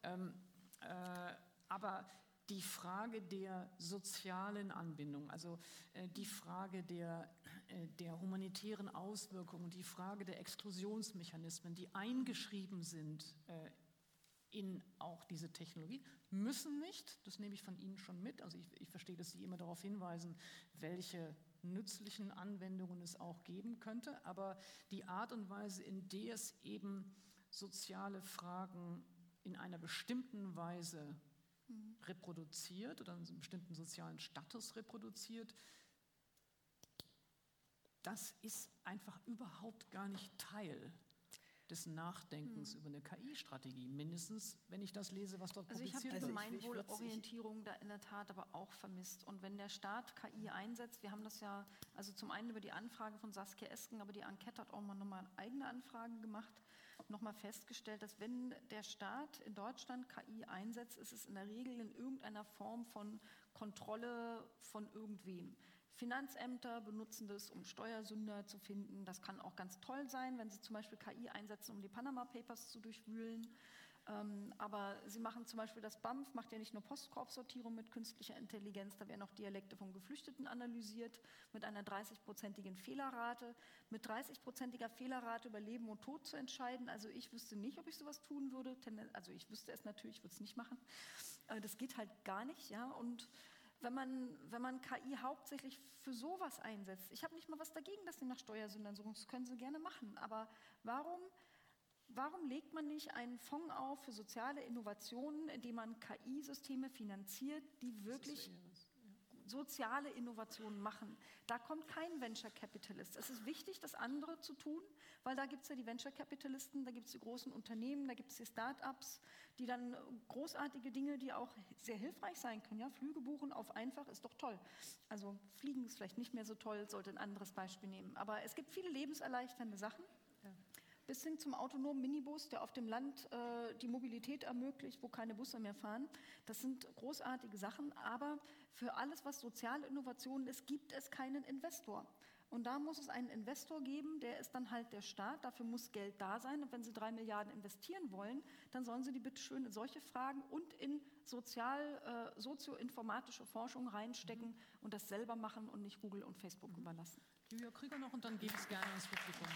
Aber die Frage der sozialen Anbindung, also die Frage der humanitären Auswirkungen, die Frage der Exklusionsmechanismen, die eingeschrieben sind in auch diese Technologie, müssen nicht, das nehme ich von Ihnen schon mit, also ich verstehe, dass Sie immer darauf hinweisen, welche nützlichen Anwendungen es auch geben könnte, aber die Art und Weise, in der es eben soziale Fragen in einer bestimmten Weise reproduziert oder einen bestimmten sozialen Status reproduziert, das ist einfach überhaupt gar nicht Teil des Nachdenkens über eine KI-Strategie, mindestens, wenn ich das lese, was dort publiziert wird. Ich habe die Gemeinwohlorientierung da in der Tat aber auch vermisst. Und wenn der Staat KI einsetzt, wir haben das ja, also zum einen über die Anfrage von Saskia Esken, aber die Enquete hat auch nochmal eigene Anfragen gemacht, nochmal festgestellt, dass wenn der Staat in Deutschland KI einsetzt, ist es in der Regel in irgendeiner Form von Kontrolle von irgendwem. Finanzämter benutzen das, um Steuersünder zu finden. Das kann auch ganz toll sein, wenn sie zum Beispiel KI einsetzen, um die Panama Papers zu durchwühlen. Aber sie machen zum Beispiel, das BAMF macht ja nicht nur Postkorbsortierung mit künstlicher Intelligenz, da werden auch Dialekte von Geflüchteten analysiert mit einer 30-prozentigen Fehlerrate. Mit 30-prozentiger Fehlerrate über Leben und Tod zu entscheiden, also ich wüsste nicht, ob ich sowas tun würde. Also ich wüsste es natürlich, ich würde es nicht machen. Das geht halt gar nicht, ja. Und wenn man KI hauptsächlich für sowas einsetzt, ich habe nicht mal was dagegen, dass sie nach Steuersündern suchen, das können sie gerne machen, aber warum legt man nicht einen Fonds auf für soziale Innovationen, in dem man KI-Systeme finanziert, die wirklich soziale Innovationen machen? Da kommt kein Venture Capitalist. Es ist wichtig, das andere zu tun, weil da gibt es ja die Venture Capitalisten, da gibt es die großen Unternehmen, da gibt es die Start-ups, die dann großartige Dinge, die auch sehr hilfreich sein können. Ja, Flüge buchen auf einfach ist doch toll. Also Fliegen ist vielleicht nicht mehr so toll, sollte ein anderes Beispiel nehmen. Aber es gibt viele lebenserleichternde Sachen. bis hin zum autonomen Minibus, der auf dem Land die Mobilität ermöglicht, wo keine Busse mehr fahren. Das sind großartige Sachen, aber für alles, was soziale Innovationen ist, gibt es keinen Investor. Und da muss es einen Investor geben, der ist dann halt der Staat, dafür muss Geld da sein. Und wenn Sie 3 Milliarden investieren wollen, dann sollen Sie die bitte schön in solche Fragen und in sozioinformatische Forschung reinstecken und das selber machen und nicht Google und Facebook überlassen. Julia Krüger noch und dann gebe ich es gerne ins Publikum.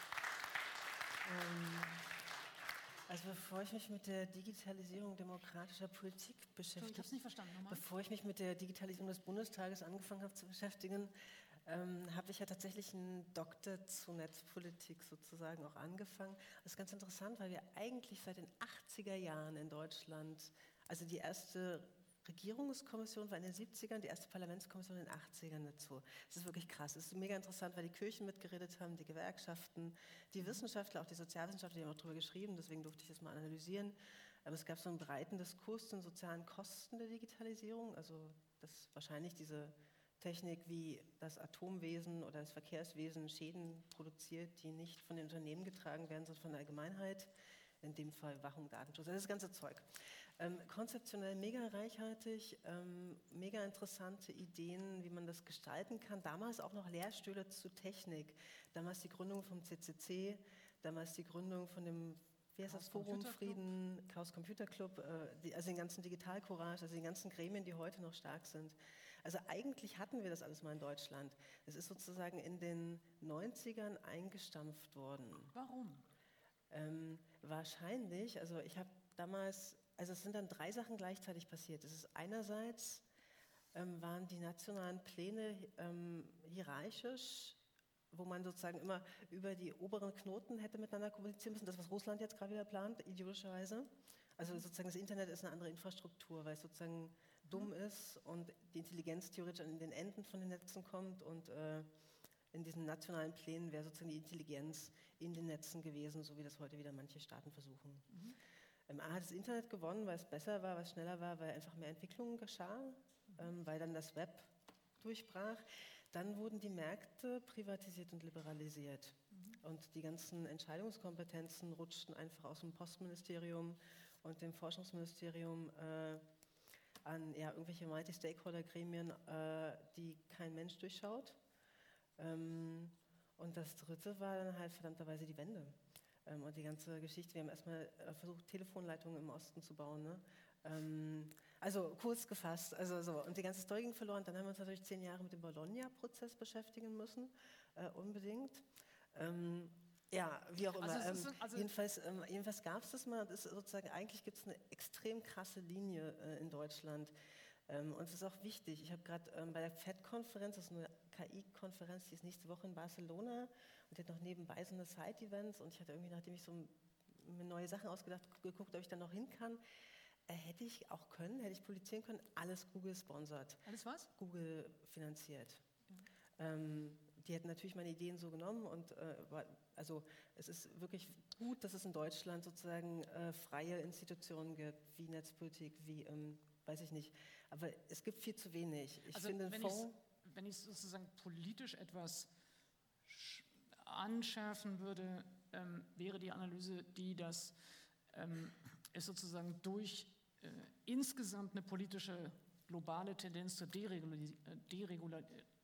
Also bevor ich mich mit der Digitalisierung demokratischer Politik beschäftige, Ich habe es nicht verstanden. Nochmal. Bevor ich mich mit der Digitalisierung des Bundestages angefangen habe zu beschäftigen, habe ich ja tatsächlich einen Doktor zu Netzpolitik sozusagen auch angefangen. Das ist ganz interessant, weil wir eigentlich seit den 80er Jahren in Deutschland, also die erste Regierungskommission war in den 70ern, die erste Parlamentskommission in den 80ern dazu. Das ist wirklich krass. Es ist mega interessant, weil die Kirchen mitgeredet haben, die Gewerkschaften, die Wissenschaftler, auch die Sozialwissenschaftler, die haben auch darüber geschrieben, deswegen durfte ich das mal analysieren. Aber es gab so einen breiten Diskurs zu den sozialen Kosten der Digitalisierung, also dass wahrscheinlich diese Technik wie das Atomwesen oder das Verkehrswesen Schäden produziert, die nicht von den Unternehmen getragen werden, sondern von der Allgemeinheit, in dem Fall Überwachung, Datenschutz, das ganze Zeug. Konzeptionell mega reichhaltig, mega interessante Ideen, wie man das gestalten kann. Damals auch noch Lehrstühle zu Technik, damals die Gründung vom CCC, damals die Gründung von dem Forum Frieden, Chaos Computer Club, also den ganzen Digital Courage, also die ganzen Gremien, die heute noch stark sind. Also eigentlich hatten wir das alles mal in Deutschland. Es ist sozusagen in den 90ern eingestampft worden. Warum? Wahrscheinlich, also ich habe damals, also es sind dann 3 Sachen gleichzeitig passiert. Es ist einerseits, waren die nationalen Pläne hierarchisch, wo man sozusagen immer über die oberen Knoten hätte miteinander kommunizieren müssen, das, was Russland jetzt gerade wieder plant, ideologischerweise. Also sozusagen das Internet ist eine andere Infrastruktur, weil es sozusagen dumm ist und die Intelligenz theoretisch an den Enden von den Netzen kommt und in diesen nationalen Plänen wäre sozusagen die Intelligenz in den Netzen gewesen, so wie das heute wieder manche Staaten versuchen. A hat das Internet gewonnen, weil es besser war, weil es schneller war, weil einfach mehr Entwicklung geschah, weil dann das Web durchbrach. Dann wurden die Märkte privatisiert und liberalisiert. Und die ganzen Entscheidungskompetenzen rutschten einfach aus dem Postministerium und dem Forschungsministerium an irgendwelche Multi-Stakeholder-Gremien, die kein Mensch durchschaut. Und das Dritte war dann halt verdammterweise die Wende. Und die ganze Geschichte, wir haben erstmal versucht, Telefonleitungen im Osten zu bauen. Ne? Also kurz gefasst, also so. Und die ganze Story ging verloren. Dann haben wir uns natürlich 10 Jahre mit dem Bologna-Prozess beschäftigen müssen, unbedingt. Ja, wie auch immer. Jedenfalls gab es das mal. Das ist sozusagen, eigentlich gibt es eine extrem krasse Linie in Deutschland. Und es ist auch wichtig. Ich habe gerade bei der FED-Konferenz, das ist eine KI-Konferenz, die ist nächste Woche in Barcelona und die hat noch nebenbei so eine Side-Events und ich hatte irgendwie, nachdem ich so mir neue Sachen ausgedacht, geguckt, ob ich da noch hin kann. Hätte ich auch können, hätte ich publizieren können, alles Google sponsert. Alles was? Google finanziert. Die hätten natürlich meine Ideen so genommen und also es ist wirklich gut, dass es in Deutschland sozusagen freie Institutionen gibt, wie Netzpolitik, wie, weiß ich nicht, aber es gibt viel zu wenig. Ich finde, wenn ich sozusagen politisch etwas anschärfen würde, wäre die Analyse die, dass es sozusagen durch insgesamt eine politische globale Tendenz zur Deregulierung,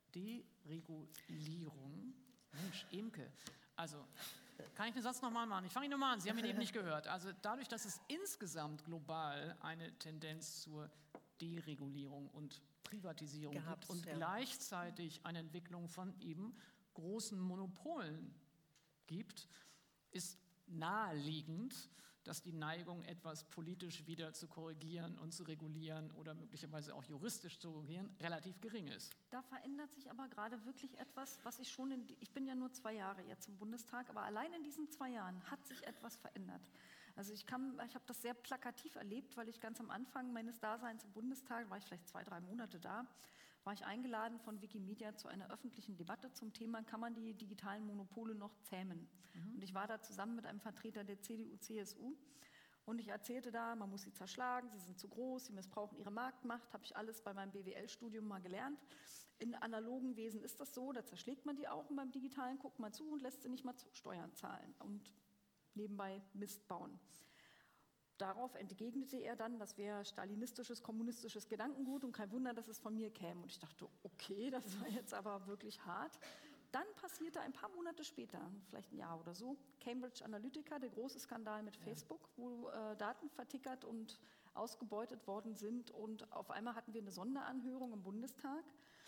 Mensch, Emke, also kann ich den Satz nochmal machen? Ich fange ihn nochmal an, Sie haben ihn eben nicht gehört. Also dadurch, dass es insgesamt global eine Tendenz zur Deregulierung und Privatisierung gibt und gleichzeitig eine Entwicklung von eben großen Monopolen gibt, ist naheliegend, dass die Neigung, etwas politisch wieder zu korrigieren und zu regulieren oder möglicherweise auch juristisch zu regulieren, relativ gering ist. Da verändert sich aber gerade wirklich etwas, was ich ich bin ja nur 2 Jahre jetzt im Bundestag, aber allein in diesen 2 Jahren hat sich etwas verändert. Also ich habe das sehr plakativ erlebt, weil ich ganz am Anfang meines Daseins im Bundestag, war ich vielleicht 2, 3 Monate da, war ich eingeladen von Wikimedia zu einer öffentlichen Debatte zum Thema, kann man die digitalen Monopole noch zähmen? Und ich war da zusammen mit einem Vertreter der CDU-CSU und ich erzählte da, man muss sie zerschlagen, sie sind zu groß, sie missbrauchen ihre Marktmacht, habe ich alles bei meinem BWL-Studium mal gelernt. In analogen Wesen ist das so, da zerschlägt man die auch und beim Digitalen guckt man zu und lässt sie nicht mal Steuern zahlen. Und nebenbei Mist bauen. Darauf entgegnete er dann, das wäre stalinistisches, kommunistisches Gedankengut und kein Wunder, dass es von mir käme. Und ich dachte, okay, das war jetzt aber wirklich hart. Dann passierte ein paar Monate später, vielleicht ein Jahr oder so, Cambridge Analytica, der große Skandal mit Facebook, wo Daten vertickert und ausgebeutet worden sind. Und auf einmal hatten wir eine Sonderanhörung im Bundestag.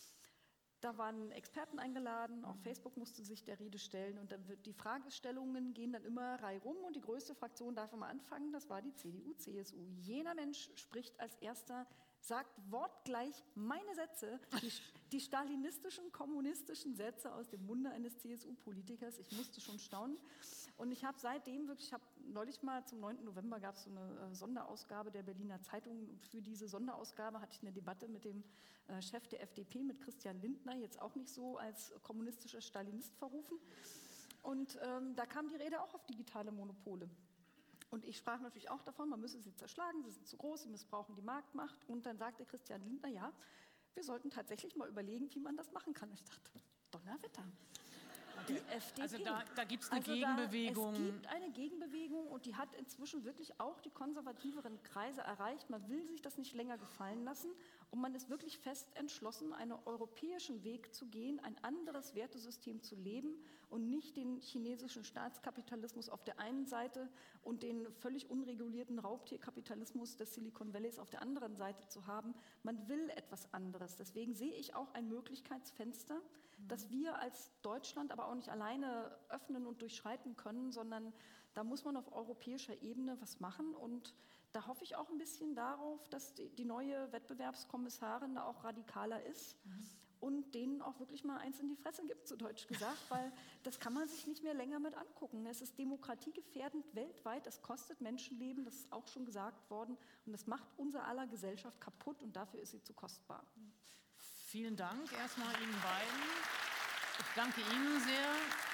Da waren Experten eingeladen, auch Facebook musste sich der Rede stellen und dann die Fragestellungen gehen dann immer reihum und die größte Fraktion darf immer anfangen, das war die CDU-CSU. Jener Mensch spricht als Erster, sagt wortgleich meine Sätze, die stalinistischen, kommunistischen Sätze aus dem Munde eines CSU-Politikers. Ich musste schon staunen. Und ich habe seitdem wirklich, ich habe neulich mal zum 9. November gab es so eine Sonderausgabe der Berliner Zeitung und für diese Sonderausgabe hatte ich eine Debatte mit dem Chef der FDP, mit Christian Lindner, jetzt auch nicht so als kommunistischer Stalinist verrufen. Und da kam die Rede auch auf digitale Monopole. Und ich sprach natürlich auch davon, man müsse sie zerschlagen, sie sind zu groß, sie missbrauchen die Marktmacht. Und dann sagte Christian Lindner, ja, wir sollten tatsächlich mal überlegen, wie man das machen kann. Ich dachte, Donnerwetter. Die FDP. Also da gibt es eine Gegenbewegung. Es gibt eine Gegenbewegung und die hat inzwischen wirklich auch die konservativeren Kreise erreicht. Man will sich das nicht länger gefallen lassen und man ist wirklich fest entschlossen, einen europäischen Weg zu gehen, ein anderes Wertesystem zu leben und nicht den chinesischen Staatskapitalismus auf der einen Seite und den völlig unregulierten Raubtierkapitalismus des Silicon Valleys auf der anderen Seite zu haben. Man will etwas anderes. Deswegen sehe ich auch ein Möglichkeitsfenster, dass wir als Deutschland aber auch nicht alleine öffnen und durchschreiten können, sondern da muss man auf europäischer Ebene was machen. Und da hoffe ich auch ein bisschen darauf, dass die neue Wettbewerbskommissarin da auch radikaler ist und denen auch wirklich mal eins in die Fresse gibt, zu Deutsch gesagt, weil das kann man sich nicht mehr länger mit angucken. Es ist demokratiegefährdend weltweit, es kostet Menschenleben, das ist auch schon gesagt worden, und das macht unser aller Gesellschaft kaputt und dafür ist sie zu kostbar. Vielen Dank erstmal Ihnen beiden. Ich danke Ihnen sehr.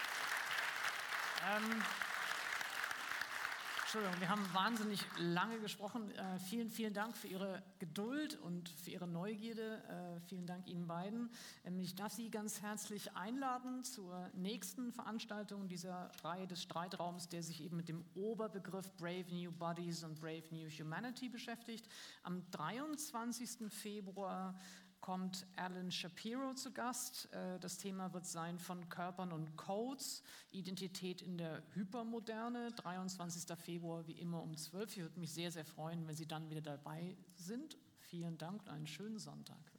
Entschuldigung, wir haben wahnsinnig lange gesprochen. Vielen, vielen Dank für Ihre Geduld und für Ihre Neugierde. Vielen Dank Ihnen beiden. Ich darf Sie ganz herzlich einladen zur nächsten Veranstaltung dieser Reihe des Streitraums, der sich eben mit dem Oberbegriff Brave New Bodies und Brave New Humanity beschäftigt. Am 23. Februar kommt Alan Shapiro zu Gast. Das Thema wird sein von Körpern und Codes, Identität in der Hypermoderne, 23. Februar wie immer um 12 Uhr. Ich würde mich sehr, sehr freuen, wenn Sie dann wieder dabei sind. Vielen Dank und einen schönen Sonntag.